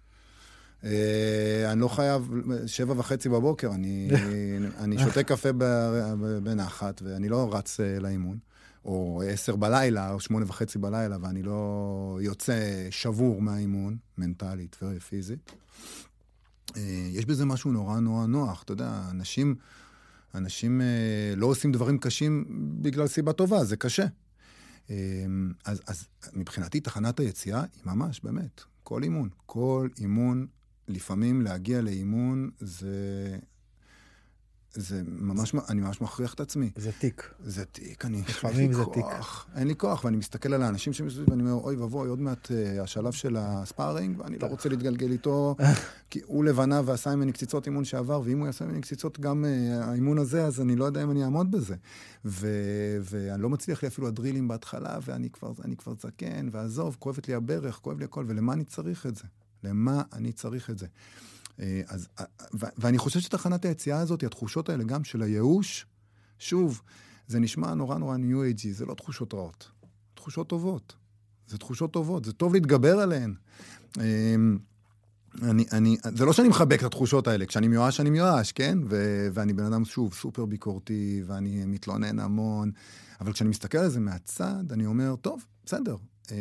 אני לא חייב 7:30 בבוקר, אני שותה קפה בנחת, ואני לא רץ לאימון, או 10 בלילה, או 8:30 בלילה, ואני לא יוצא שבור מהאימון, מנטלית ופיזית. יש בזה משהו נורא נורא נוח, אתה יודע, אנשים לא עושים דברים קשים בגלל סיבה טובה, זה קשה. אז מבחינתי תחנת היציאה היא ממש, באמת, כל אימון, לפעמים להגיע לאימון זה ממש, אני ממש מכריח את עצמי. זה תיק. זה תיק, אין לי כוח, ואני מסתכל על האנשים שמסביב, ואני אומר, אוי ובוי, עוד מעט השלב של הספארינג, ואני לא רוצה להתגלגל איתו, כי הוא לבנה ועשה ממני קציצות אימון שעבר, ואם הוא יעשה ממני קציצות גם האימון הזה, אז אני לא יודע אם אני אעמוד בזה. ואני לא מצליח לי אפילו הדרילים בהתחלה, ואני כבר זקן, ועזוב, כואבת לי הברך, כואב לי הכל, ולמה אני צריך את זה? למה אני צריך את זה? ואני חושב שתחנת היציאה הזאת, התחושות האלה גם של הייאוש, שוב, זה נשמע נורא ניו אייג'י, זה לא תחושות רעות, תחושות טובות. זה תחושות טובות, זה טוב להתגבר עליהן. זה לא שאני מחבק את התחושות האלה, כשאני מיואש, אני מיואש, כן? ואני בן אדם, שוב, סופר ביקורתי, ואני מתלונן המון, אבל כשאני מסתכל על זה מהצד, אני אומר, טוב, בסדר.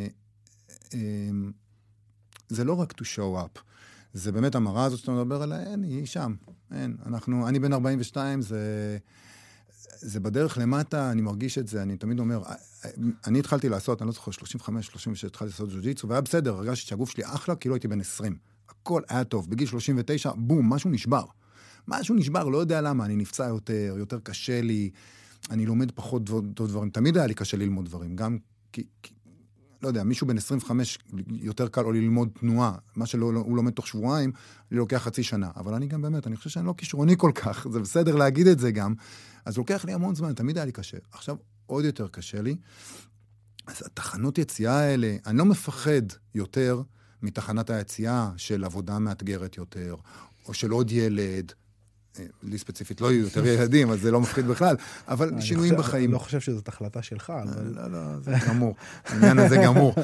זה לא רק to show up. זה באמת המראה הזאת שאתה מדבר עליה, אין, היא שם. אין, אני בן 42, זה בדרך למטה, אני מרגיש את זה, אני תמיד אומר, אני התחלתי לעשות, אני לא זוכר, 35, 36, התחלתי לעשות ג'ו-ג'יטסו, והיה בסדר, הרגשתי שהגוף שלי אחלה, כי לא הייתי בן 20. הכל היה טוב. בגיל 39, בום, משהו נשבר, לא יודע למה, אני נפצע יותר קשה לי, אני לומד פחות דברים, תמיד היה לי קשה ללמוד דברים, גם כי לא יודע, מישהו בן 25 יותר קל או ללמוד תנועה, מה שהוא לומד תוך שבועיים, לי לוקח חצי שנה. אבל אני גם באמת, אני חושב שאני לא כישרוני כל כך, זה בסדר להגיד את זה גם. אז לוקח לי המון זמן, תמיד היה לי קשה. עכשיו עוד יותר קשה לי. אז התחנות יציאה האלה, אני לא מפחד יותר מתחנת היציאה של עבודה מאתגרת יותר, או של עוד ילד, לי ספציפית לא יהיו יותר ילדים, אז זה לא מפחיד בכלל, אבל שינויים בחיים. אני לא חושב שזאת החלטה שלך, אבל... לא, זה גמור. העניין הזה גמור.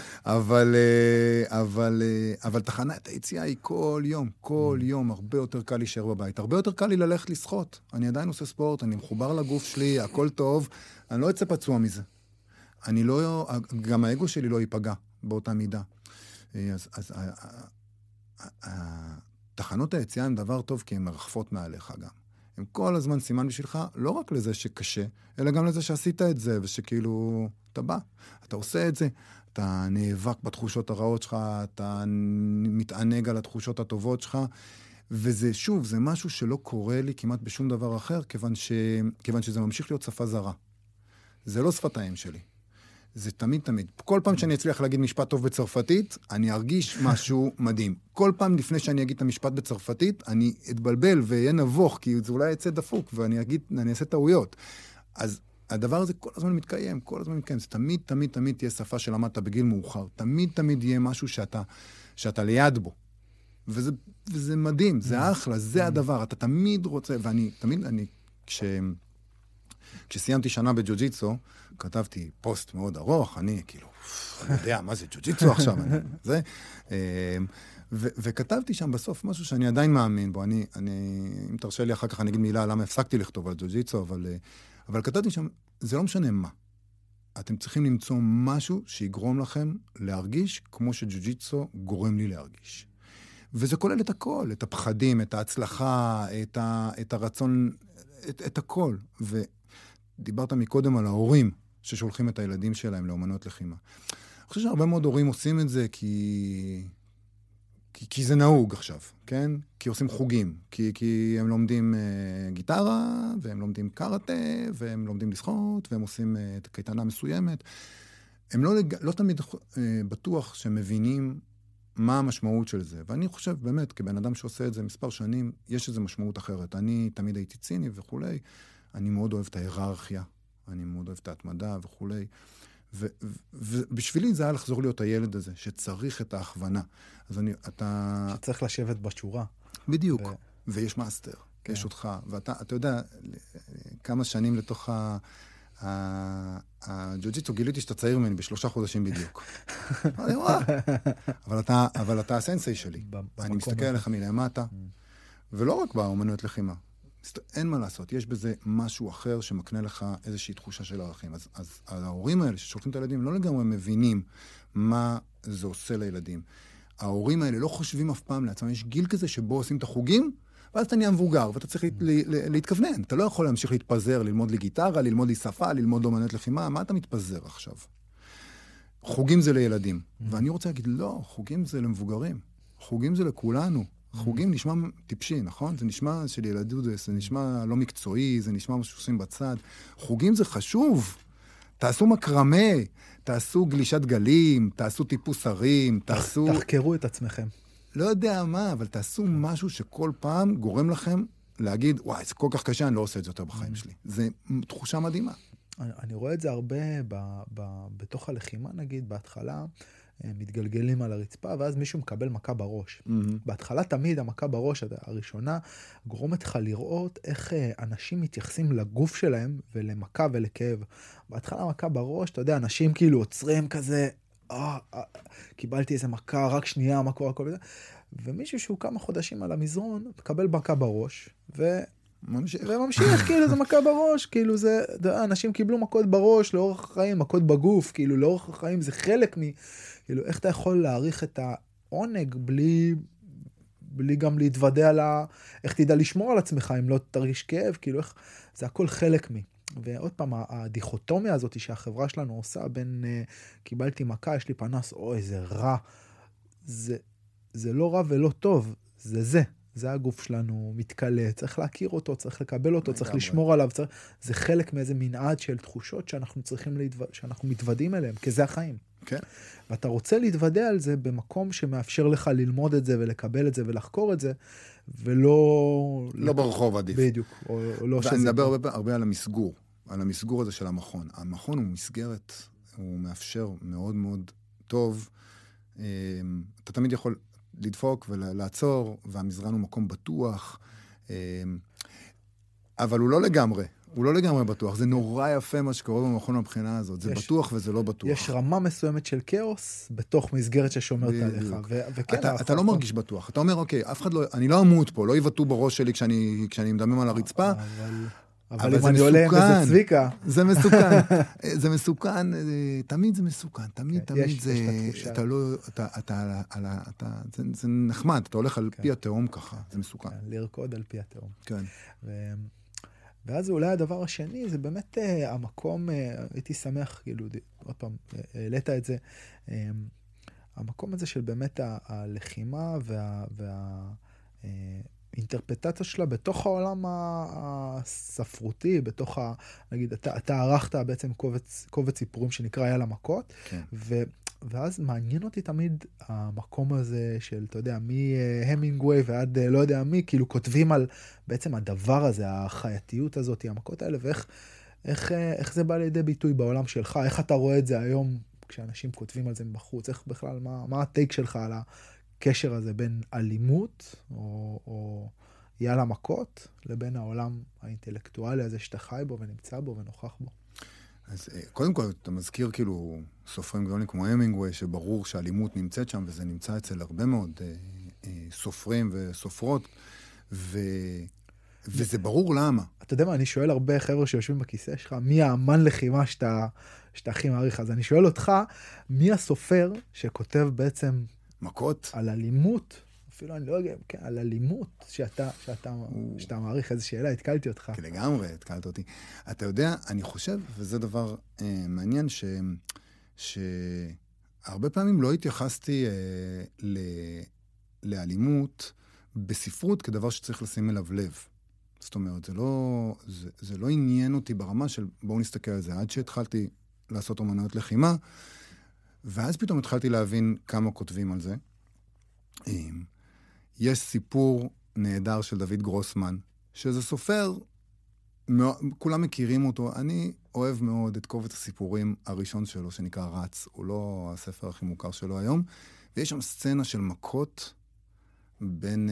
אבל תחנת היציאה היא כל יום, הרבה יותר קל להישאר בבית. הרבה יותר קל לי ללכת לשחות. אני עדיין עושה ספורט, אני מחובר לגוף שלי, הכל טוב, אני לא אצא פצוע מזה. גם האגו שלי לא ייפגע באותה מידה. אז תחנות היציאה הן דבר טוב, כי הן מרחפות מעליך גם. הן כל הזמן סימן בשבילך, לא רק לזה שקשה, אלא גם לזה שעשית את זה, ושכאילו, אתה בא, אתה עושה את זה, אתה נאבק בתחושות הרעות שלך, אתה מתענג על התחושות הטובות שלך, וזה, שוב, זה משהו שלא קורה לי כמעט בשום דבר אחר, כיוון שזה ממשיך להיות שפה זרה. זה לא שפת האם שלי. זה תמיד. כל פעם שאני אצליח להגיד משפט טוב בצרפתית, אני ארגיש משהו מדהים. כל פעם לפני שאני אגיד את המשפט בצרפתית, אני אתבלבל ויהיה נבוך, כי זה אולי יצא דפוק, ואני אעשה טעויות. אז הדבר הזה כל הזמן מתקיים. זה תמיד תהיה שפה שלמדת בגיל מאוחר. תמיד יהיה משהו שאתה ליד בו. וזה מדהים, זה אחלה, זה הדבר. אתה תמיד רוצה, ואני תמיד, כשסיימתי שנה בג'ו-ג'יטסו, כתבתי פוסט מאוד ארוך, אני יודע מה זה ג'ו-ג'יטסו עכשיו, וכתבתי שם בסוף משהו שאני עדיין מאמין בו, אם תרשה לי אחר כך אני אגיד מילה למה הפסקתי לכתוב על ג'ו-ג'יטסו, אבל כתבתי שם, זה לא משנה מה. אתם צריכים למצוא משהו שיגרום לכם להרגיש כמו שג'ו-ג'יטסו גורם לי להרגיש. וזה כולל את הכל, את הפחדים, את ההצלחה, את הרצון, את הכל. ודיברת מקודם על ההורים ששולחים את הילדים שלהם לאומנות לחימה. אני חושב שהרבה מאוד הורים עושים את זה כי זה נהוג עכשיו, כן? כי עושים חוגים, כי הם לומדים גיטרה, והם לומדים קראטה, והם לומדים לשחות, והם עושים קייטנה מסוימת. הם לא תמיד בטוח שמבינים מה המשמעות של זה. ואני חושב באמת, כבן אדם שעושה את זה מספר שנים, יש איזו משמעות אחרת. אני תמיד הייתי ציני וכולי, אני מאוד אוהב את ההיררכיה, אני מאוד אוהב את ההתמדה וכולי. ובשבילי זה היה לחזור להיות הילד הזה, שצריך את ההכוונה. אז שצריך לשבת בשורה. בדיוק. ויש מאסטר, יש אותך. ואתה יודע, כמה שנים לתוך הג'ו-ג'יטסו גיליתי שאתה צעיר ממני ב3 חודשים בדיוק. אבל אתה הסנסei שלי. אני מסתכל עליך מלמטה, ולא רק באומנויות לחימה. אין מה לעשות, יש בזה משהו אחר שמקנה לך איזושהי תחושה של ערכים. אז ההורים האלה ששולחים את הילדים לא לגמרי מבינים מה זה עושה לילדים. ההורים האלה לא חושבים אף פעם לעצמם, יש גיל כזה שבו עושים את החוגים, ואז אתה נהיה מבוגר, ואתה צריך להתכוונן. אתה לא יכול להמשיך להתפזר, ללמוד לי גיטרה, ללמוד לי שפה, ללמוד אומנויות לחימה. מה אתה מתפזר עכשיו? חוגים זה לילדים. ואני רוצה להגיד, לא, חוגים זה למבוגרים. חוגים זה לכולנו. חוגים נשמע טיפשי, נכון? זה נשמע של ילדות, זה נשמע לא מקצועי, זה נשמע משהו שעושים בצד. חוגים זה חשוב. תעשו מקרמה, תעשו גלישת גלים, תעשו טיפוס הרים, תעשו... תחקרו את עצמכם. לא יודע מה, אבל תעשו משהו שכל פעם גורם לכם להגיד, וואי, זה כל כך קשה, אני לא עושה את זה יותר בחיים שלי. זה תחושה מדהימה. אני רואה את זה הרבה בתוך הלחימה, נגיד, בהתחלה, מתגלגלים על הרצפה, ואז מישהו מקבל מכה בראש. בהתחלה תמיד המכה בראש הראשונה גורמת לך לראות איך אנשים מתייחסים לגוף שלהם ולמכה ולכאב. בהתחלה מכה בראש, אתה יודע, אנשים כאילו עוצרים כזה, קיבלתי איזה מכה, רק שנייה, מה קורה, כל זה. ומישהו שהוא כמה חודשים על המזרון, מקבל מכה בראש, וממשיך, כאילו זה מכה בראש, כאילו זה, אנשים קיבלו מכות בראש לאורך החיים, מכות בגוף, כאילו לאורך החיים זה חלק כאילו איך אתה יכול להעריך את העונג בלי גם להתוודע איך תדע לשמור על עצמך אם לא תרגיש כאב, כאילו איך, זה הכל חלק ועוד פעם, הדיכוטומיה הזאת שהחברה שלנו עושה בין קיבלתי מכה, יש לי פנס, אוי, זה רע, זה לא רע ולא טוב, זה הגוף שלנו מתקלה, צריך להכיר אותו, צריך לקבל אותו, צריך לשמור עליו, זה חלק מאיזה מנעד של תחושות שאנחנו מתוודים אליהם, כי זה החיים. כן. ואתה רוצה להתוודע על זה במקום שמאפשר לך ללמוד את זה ולקבל את זה ולחקור את זה, ולא... לא ברחוב עדיף. בדיוק. ואני מדבר הרבה על המסגור, על המסגור הזה של המכון. המכון הוא מסגרת, הוא מאפשר מאוד מאוד טוב. אתה תמיד יכול לדפוק ולעצור, והמזרן הוא מקום בטוח, אבל הוא לא לגמרי. הוא לא לגמרי בטוח. זה נורא יפה מה שקורה במכון מבחינה הזאת. זה בטוח וזה לא בטוח. יש רמה מסוימת של כאוס בתוך מסגרת ששומרת עליך. אתה לא מרגיש בטוח. אתה אומר, אוקיי, אף אחד לא, אני לא אמות פה, לא יבטאו בראש שלי כשאני מדמם על הרצפה. אבל אם אני עולה וזה צביקה. זה מסוכן. זה מסוכן, תמיד זה מסוכן. תמיד זה, אתה לא, זה נחמד. אתה הולך על פי התהום ככה. זה מסוכן. לרקוד על פי התהום. כן. ואז אולי הדבר השני, זה באמת המקום, הייתי שמח, כאילו, עוד פעם, העלית את זה, המקום הזה של באמת הלחימה והאינטרפטציה שלה בתוך העולם הספרותי, בתוך נגיד, אתה ערכת בעצם קובץ סיפורים שנקרא היה למכות, כן. ואז מעניין אותי תמיד המקום הזה של, אתה יודע, מהמינגווי ועד לא יודע מי, כאילו כותבים על בעצם הדבר הזה, החייתיות הזאת, המכות האלה, ואיך זה בא לידי ביטוי בעולם שלך, איך אתה רואה את זה היום כשאנשים כותבים על זה מבחוץ, איך בכלל, מה הטייק שלך על הקשר הזה בין אלימות או יאללה מכות, לבין העולם האינטלקטואלי הזה שאתה חי בו ונמצא בו ונוכח בו? אז קודם כל, אתה מזכיר כאילו סופרים גדולים כמו המינגווי, שברור שהאלימות נמצאת שם, וזה נמצא אצל הרבה מאוד סופרים וסופרות, וזה ברור למה. אתה יודע מה, אני שואל הרבה חבר'ה שיושבים בכיסא שלך, מי האמן לחימה שאתה הכי מעריך? אז אני שואל אותך, מי הסופר שכותב בעצם מכות? על אלימות, אפילו אני לא יודע, כן, על אלימות שאתה מעריך. איזו שאלה, התקלתי אותך. לגמרי, התקלת אותי. אתה יודע, אני חושב, וזה דבר מעניין, שהרבה פעמים לא התייחסתי לאלימות בספרות כדבר שצריך לשים אליו לב. זאת אומרת, זה לא עניין אותי ברמה של בואו נסתכל על זה, עד שהתחלתי לעשות אומנויות לחימה, ואז פתאום התחלתי להבין כמה כותבים על זה. יש סיפור נהדר של דוד גרוסמן, שזה סופר, כולם מכירים אותו, אני אוהב מאוד את קובץ הסיפורים הראשון שלו, שנקרא רץ, הוא לא הספר הכי מוכר שלו היום, ויש שם סצנה של מכות בין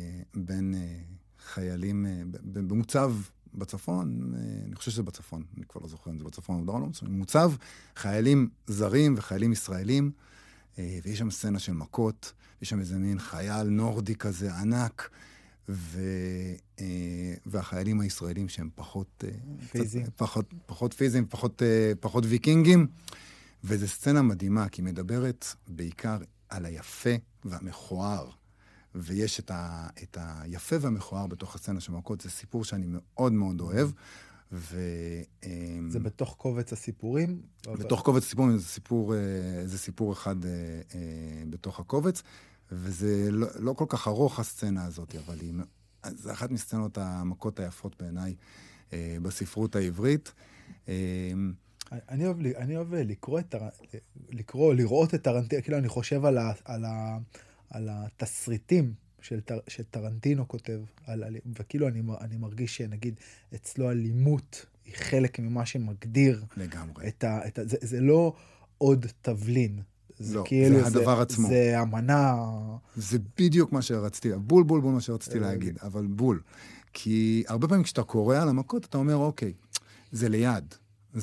חיילים, במוצב בצפון, אני חושב שזה בצפון, אני כבר לא זוכר אם זה בצפון או בדרום, מוצב חיילים זרים וחיילים ישראלים, ויש שם סצנה של מכות, יש שם איזה מין חייל נורדי כזה ענק, והחיילים הישראלים שהם פחות פיזיים, פחות ויקינגים, וזו סצנה מדהימה, כי היא מדברת בעיקר על היפה והמכוער, ויש את היפה והמכוער בתוך הסצנה של מכות, זה סיפור שאני מאוד מאוד אוהב, זה בתוך קובץ הסיפורים? בתוך קובץ הסיפורים, זה סיפור אחד בתוך הקובץ, וזה לא כל כך ארוך הסצנה הזאת, אבל זה אחת מסצנות המכות היפות בעיניי בספרות העברית. אני אוהב לראות את טרנטינו, כאילו אני חושב על התסריטים שטרנטינו כותב, וכאילו אני מרגיש שנגיד אצלו אלימות היא חלק ממה שמגדיר. לגמרי. זה לא עוד תבלין. לא, זה הדבר עצמו. זה המנה. זה בדיוק מה שרציתי, בול מה שרציתי להגיד, אבל בול. כי הרבה פעמים כשאתה קורא על המכות, אתה אומר, אוקיי, זה ליד.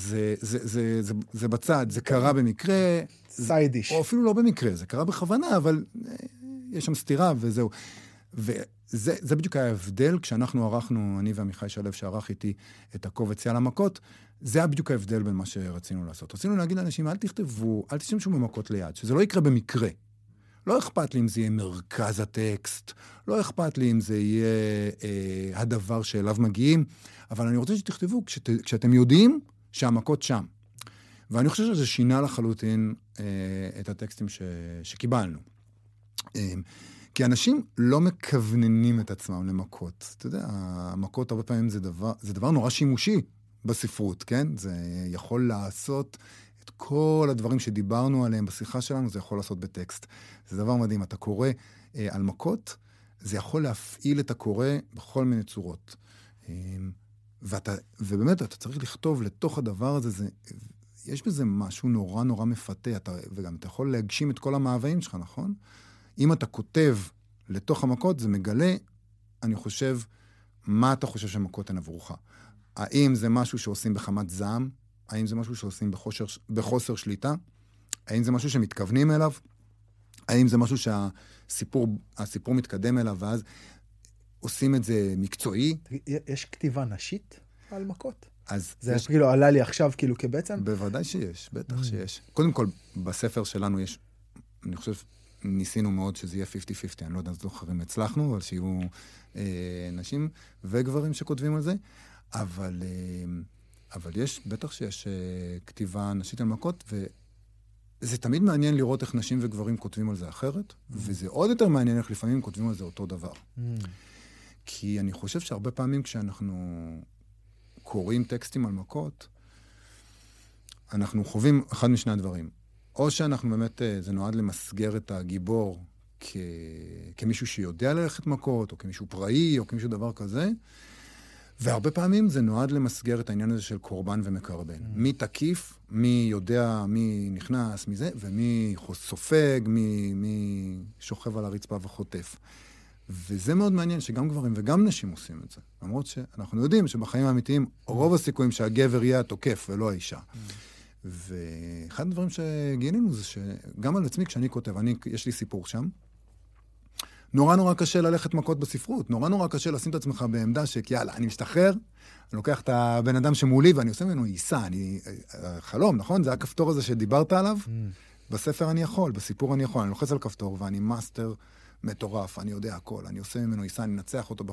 זה בצד, זה קרה במקרה. סיידיש. או אפילו לא במקרה, זה קרה בכוונה, אבל יש שם סתירה וזהו. וזה בדיוק ההבדל, כשאנחנו ערכנו, אני ועמיחי שלו שערך איתי את הקובץ על המכות, זה היה בדיוק ההבדל בין מה שרצינו לעשות. רצינו להגיד לאנשים, אל תכתבו, אל תשתמשו במכות ליד, שזה לא יקרה במקרה. לא אכפת לי אם זה יהיה מרכז הטקסט, לא אכפת לי אם זה יהיה הדבר שאליו מגיעים, אבל אני רוצה שתכתבו כשאתם יודעים שהמכות שם. ואני חושב שזה שינה לחלוטין את הטקסטים שקיבלנו. כי אנשים לא מכווננים את עצמם למכות. אתה יודע, המכות הרבה פעמים זה דבר נורא שימושי בספרות, כן? זה יכול לעשות את כל הדברים שדיברנו עליהם בשיחה שלנו, זה יכול לעשות בטקסט. זה דבר מדהים. אתה קורא על מכות, זה יכול להפעיל את הקורא בכל מיני צורות. ובאמת, אתה צריך לכתוב לתוך הדבר הזה, יש בזה משהו נורא מפתה, וגם אתה יכול להגשים את כל המאוויים שלך, נכון? אם אתה כותב לתוך המכות, זה מגלה, אני חושב, מה אתה חושב שהמכות הן עבורך. האם זה משהו שעושים בחמת זעם? האם זה משהו שעושים בחוסר שליטה? האם זה משהו שמתכוונים אליו? האם זה משהו שהסיפור מתקדם אליו, ואז עושים את זה מקצועי? יש כתיבה נשית על מכות? זה כאילו עלה לי עכשיו כאילו כבעצם? בוודאי שיש, בטח שיש. קודם כל, בספר שלנו יש, אני חושב, ניסינו מאוד שזה יהיה 50-50, אני לא יודע, זוכרים, הצלחנו, אבל שיהיו נשים וגברים שכותבים על זה, אבל יש, בטח שיש כתיבה נשית על מכות, וזה תמיד מעניין לראות איך נשים וגברים כותבים על זה אחרת, וזה עוד יותר מעניין איך לפעמים כותבים על זה אותו דבר. כי אני חושב שהרבה פעמים כשאנחנו קוראים טקסטים על מכות, אנחנו חווים אחד משני הדברים. או שאנחנו באמת, זה נועד למסגר את הגיבור כמישהו שיודע ללכת מכות, או כמישהו פראי, או כמישהו דבר כזה, והרבה פעמים זה נועד למסגר את העניין הזה של קורבן ומקרבן. מי תקיף, מי יודע, מי נכנס, מי זה, ומי סופג, מי שוכב על הרצפה וחוטף. וזה מאוד מעניין שגם גברים וגם נשים עושים את זה. למרות שאנחנו יודעים שבחיים האמיתיים, רוב הסיכויים שהגבר יהיה התוקף ולא האישה. ואחד הדברים שגילינו זה שגם על עצמי כשאני כותב, יש לי סיפור שם, נורא קשה ללכת מכות בספרות, נורא קשה לשים את עצמך בעמדה שיאללה, אני משתחרר, אני לוקח את הבן אדם שמולי ואני עושה ממנו עיסה, חלום, נכון? זה הכפתור הזה שדיברת עליו, בספר אני יכול, בסיפור אני יכול, אני לוחץ על כפתור ואני מאסטר מטורף, אני יודע הכל, אני עושה ממנו עיסה, אני מנצח אותו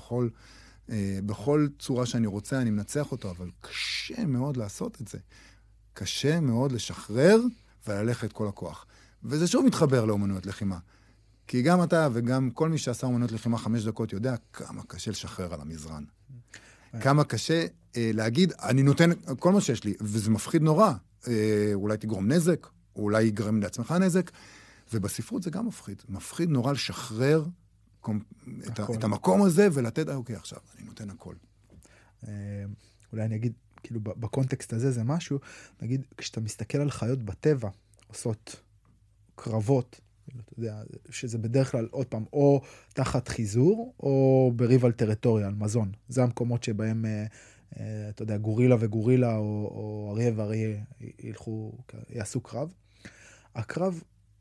בכל צורה שאני רוצה, אני מנצח אותו, אבל קשה מאוד לעשות את זה. קשה מאוד לשחרר וללכת כל הכוח. וזה שוב מתחבר לאומנויות לחימה. כי גם אתה וגם כל מי שעשה אומנויות לחימה 5 דקות יודע כמה קשה לשחרר על המזרן. כמה קשה להגיד, אני נותן כל מה שיש לי, וזה מפחיד נורא. אולי תגרום נזק, אולי יגרם לעצמך נזק, ובספרות זה גם מפחיד. מפחיד נורא לשחרר את המקום הזה ולתת, אוקיי, עכשיו, אני נותן הכל. אולי אני אגיד, כאילו בקונטקסט הזה זה משהו, נגיד, כשאתה מסתכל על חיות בטבע, עושות קרבות, אתה יודע, שזה בדרך כלל, עוד פעם, או תחת חיזור, או בריב על טריטוריה, על מזון. זה המקומות שבהם, אתה יודע, גורילה וגורילה, או אריה ואריה יעשו קרב. הקרב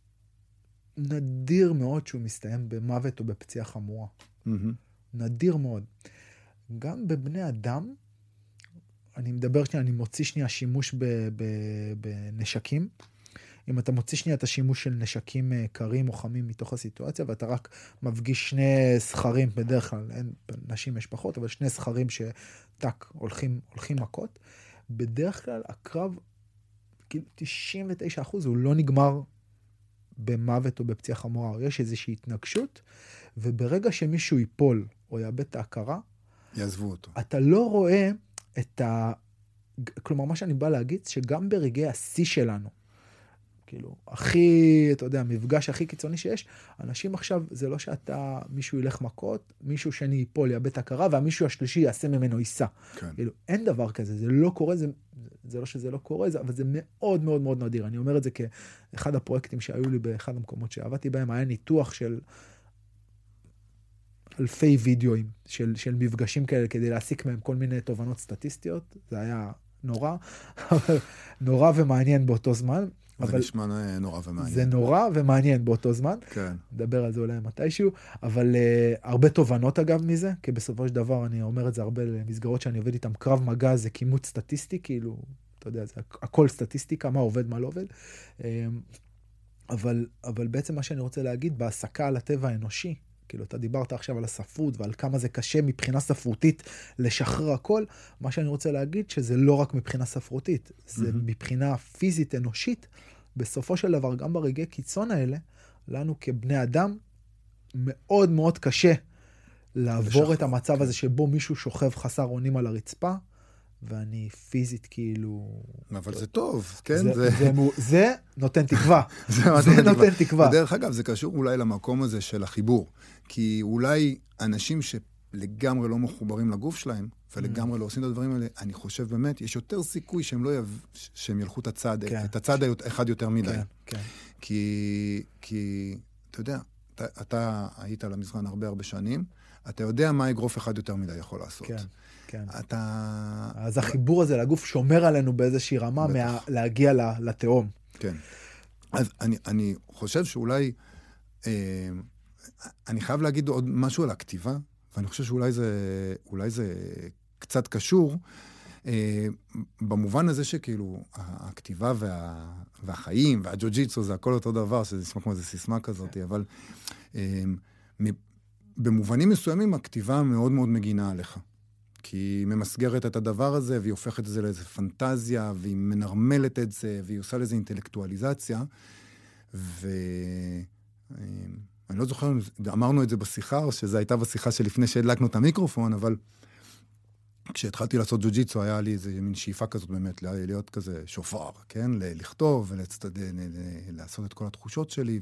נדיר מאוד שהוא מסתיים במוות או בפציעה חמורה. נדיר מאוד. גם בבני אדם, אני מדבר שנייה, אני מוציא שנייה שימוש בנשקים, אם אתה מוציא שנייה את השימוש של נשקים קרים או חמים מתוך הסיטואציה, ואתה רק מפגיש שני סחרים, בדרך כלל, אין, נשים יש פחות, אבל שני סחרים שטק הולכים מכות, בדרך כלל הקרב, כאילו 99% הוא לא נגמר במוות או בפציעה חמורה, יש איזושהי התנגשות, וברגע שמישהו ייפול או יאבד את ההכרה, יעזבו אותו. אתה לא רואה את כלומר, מה שאני בא להגיד, שגם ברגעי השיא שלנו, כאילו, אתה יודע, המפגש הכי קיצוני שיש, אנשים עכשיו, זה לא מישהו ילך מכות, מישהו שני ייפול, יאבד את ההכרה, והמישהו השלישי יעשה ממנו ייסע. כן. כאילו, אין דבר כזה, זה לא קורה, זה לא שזה לא קורה, אבל זה מאוד מאוד מאוד נדיר. אני אומר את זה כאחד הפרויקטים שהיו לי באחד המקומות שעבדתי בהם, היה ניתוח של אלפי וידאוים של מפגשים כאלה, כדי להסיק מהם כל מיני תובנות סטטיסטיות. זה היה נורא ומעניין באותו זמן. זה נשמע נורא ומעניין. זה נורא ומעניין באותו זמן. כן. נדבר על זה אולי מתישהו, אבל הרבה תובנות אגב מזה, כי בסופו של דבר אני אומר את זה הרבה למסגרות שאני עובד איתם, קרב מגע זה כימות סטטיסטי, כאילו, אתה יודע, זה הכל סטטיסטיקה, מה עובד, מה לא עובד. אבל בעצם מה שאני רוצה להגיד, בהעסקה על הטבע האנושי, כאילו, אתה דיברת עכשיו על הספרות ועל כמה זה קשה מבחינה ספרותית לשחרר הכל, מה שאני רוצה להגיד שזה לא רק מבחינה ספרותית, זה מבחינה פיזית אנושית, בסופו של דבר, גם ברגעי קיצון האלה, לנו כבני אדם, מאוד מאוד קשה לעבור את המצב הזה שבו מישהו שוכב חסר אונים על הרצפה, ואני פיזית כאילו... אבל זה טוב, כן? זה נותן תקווה. זה נותן תקווה. בדרך אגב, זה קשור אולי למקום הזה של החיבור. כי אולי אנשים שלגמרי לא מחוברים לגוף שלהם, ולגמרי לא עושים את הדברים האלה, אני חושב באמת, יש יותר סיכוי שהם ילכו את הצד אחד יותר מדי. כן. כי, אתה יודע, אתה היית על המזרן הרבה שנים, אתה יודע מה אגרוף אחד יותר מדי יכול לעשות. כן. אתה... אז החיבור הזה לגוף שומר עלינו באיזושהי רמה להגיע לתהום. כן. אז אני חושב שאולי, אני חייב להגיד עוד משהו על הכתיבה, ואני חושב שאולי זה קצת קשור, במובן הזה שכאילו, הכתיבה והחיים והג'ו-ג'יטסו זה הכל אותו דבר, שזה נשמע כמו איזו סיסמה כזאת, אבל במובנים מסוימים הכתיבה מאוד מאוד מגינה עליך. כי היא ממסגרת את הדבר הזה, והיא הופכת את זה לאיזו פנטזיה, והיא מנרמלת את זה, והיא עושה לזה אינטלקטואליזציה. ואני לא זוכר אם אמרנו את זה בשיחה, או שזה הייתה בשיחה שלפני שהדלקנו את המיקרופון, אבל כשהתחלתי לעשות ג'ו-ג'יטסו, היה לי איזו מין שאיפה כזאת באמת, להיות כזה שופר, כן? לכתוב ולעשות את כל התחושות שלי,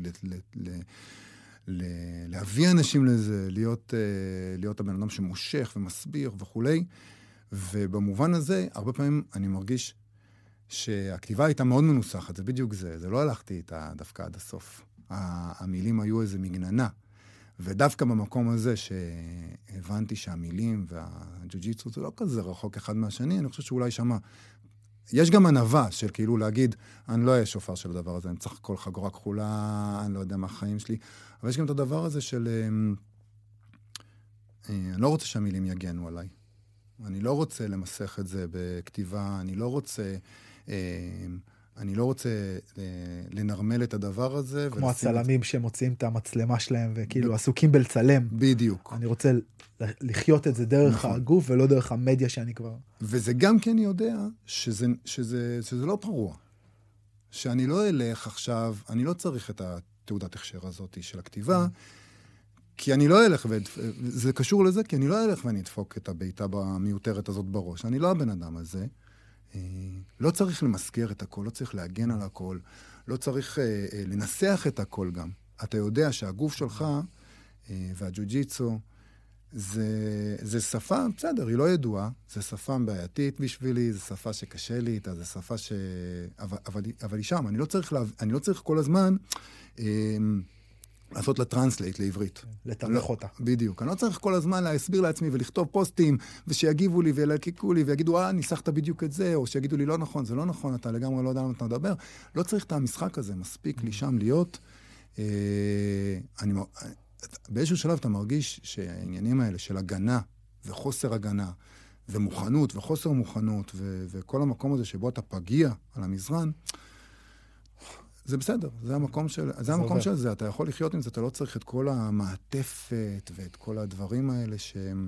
להביא אנשים לזה, להיות הבן אדם שמושך ומסביר וכולי. ובמובן הזה, הרבה פעמים אני מרגיש שהכתיבה הייתה מאוד מנוסחת, זה בדיוק זה לא הלכתי איתה דווקא עד הסוף. המילים היו איזה מגננה. ודווקא במקום הזה שהבנתי שהמילים והג'ו-ג'יטסו זה לא כזה רחוק אחד מהשני, אני חושב שאולי שמה, יש גם ענווה של כאילו להגיד, אני לא אהיה שופר של הדבר הזה, אני צריך כל חגורה כחולה, אני לא יודע מה החיים שלי, אבל יש גם את הדבר הזה של, אני לא רוצה שהמילים יגנו עליי, אני לא רוצה למסך את זה בכתיבה, אני לא רוצה לנרמל את הדבר הזה. כמו הצלמים שמוציאים את המצלמה שלהם וכאילו עסוקים בלצלם. בדיוק. אני רוצה לחיות את זה דרך הגוף ולא דרך המדיה שאני כבר... וזה גם כן יודע שזה לא פרוע. שאני לא אלך עכשיו, אני לא צריך את התעודת הכשר הזאת של הכתיבה, כי אני לא אלך, זה קשור לזה, כי אני לא אלך ואני אדפוק את הביתה המיותרת הזאת בראש. אני לא הבן אדם הזה. לא צריך למסגר את הכל, לא צריך להגן על הכל, לא צריך לנסח את הכל גם. אתה יודע שהגוף שלך והג'ו-ג'יטסו זה שפה, בסדר, היא לא ידועה, זה שפה בעייתית בשבילי, זה שפה שקשה לי איתה, זה שפה אבל היא שם, אני לא צריך כל הזמן לעשות לה טרנסלייט לעברית. לתווך אותה. בדיוק. אני לא צריך כל הזמן להסביר לעצמי ולכתוב פוסטים, ושיגיבו לי ולקיקו לי, ויגידו, ניסחת בדיוק את זה, או שיגידו לי, לא נכון, זה לא נכון, אתה לגמרי לא יודע למה אתה מדבר. לא צריך את המשחק הזה, מספיק לי שם להיות. באיזשהו שלב אתה מרגיש שהעניינים האלה של הגנה, וחוסר הגנה, ומוכנות, וחוסר מוכנות, וכל המקום הזה שבו אתה פגיע על המזרן, זה בסדר, זה המקום של זה, אתה יכול לחיות עם זה, אתה לא צריך את כל המעטפת ואת כל הדברים האלה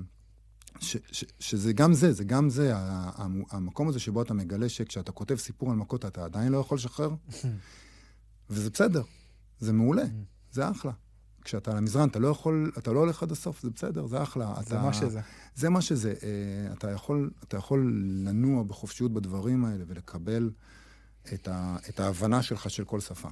שזה גם זה, המקום הזה שבו אתה מגלה שכשאתה כותב סיפור על מכות, אתה עדיין לא יכול לשחרר, וזה בסדר, זה מעולה, זה אחלה. כשאתה על המזרן, אתה לא הולך עד הסוף, זה בסדר, זה אחלה. זה מה שזה. זה מה שזה. אתה יכול לנוע בחופשיות בדברים האלה ולקבל את ההבנה שלך של כל שפה.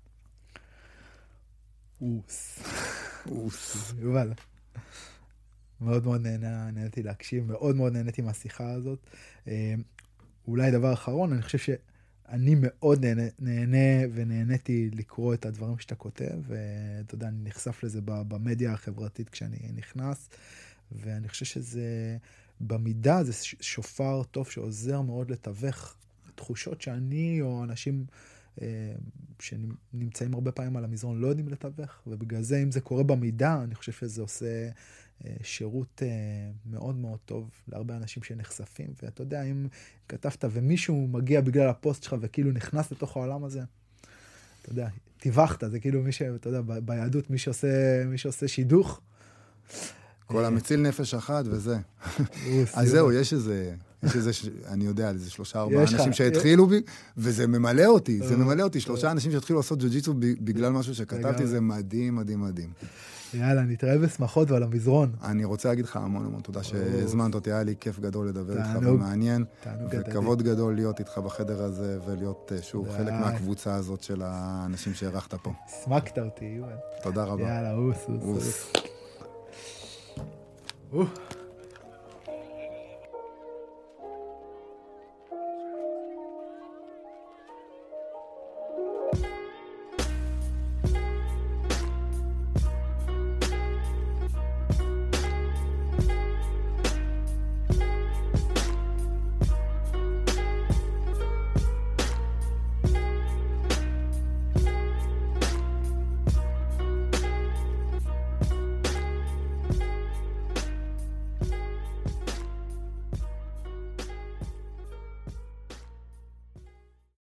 יובל. מאוד מאוד נהניתי להקשיב, מאוד מאוד נהניתי מהשיחה הזאת. אולי דבר אחרון, אני חושב שאני מאוד נהנה ונהניתי לקרוא את הדברים שאתה כותב, ואתה יודע, אני נחשף לזה במדיה החברתית כשאני נכנס, ואני חושב שזה במידה, זה שופר טוב שעוזר מאוד לתווך תחושות שאני או אנשים שנמצאים הרבה פעמים על המזרון לא יודעים לתווך, ובגלל זה אם זה קורה במידה, אני חושב שזה עושה שירות מאוד מאוד טוב להרבה אנשים שנחשפים, ואתה יודע, אם כתבת ומישהו מגיע בגלל הפוסט שלך וכאילו נכנס לתוך העולם הזה, אתה יודע, תיווכת, זה כאילו מי שאתה יודע, ביהדות מי שעושה שידוך. כל המציל נפש אחת וזה. אז זהו, יש איזה, אני יודע, איזה 3-4 אנשים שהתחילו בי, וזה ממלא אותי, 3 אנשים שהתחילו לעשות ג'ו-ג'יצו בגלל משהו שכתבתי, זה מדהים, מדהים, מדהים. יאללה, נתראה בשמחות ועל המזרון. אני רוצה להגיד לך המון המון תודה שהזמנת אותי, היה לי כיף גדול לדבר איתך ומעניין, וכבוד גדול להיות איתך בחדר הזה, ולהיות שוב חלק מהקבוצה הזאת של האנשים שהערכת פה. הסמקת אותי, יואל. תודה רבה. יאללה, אוס.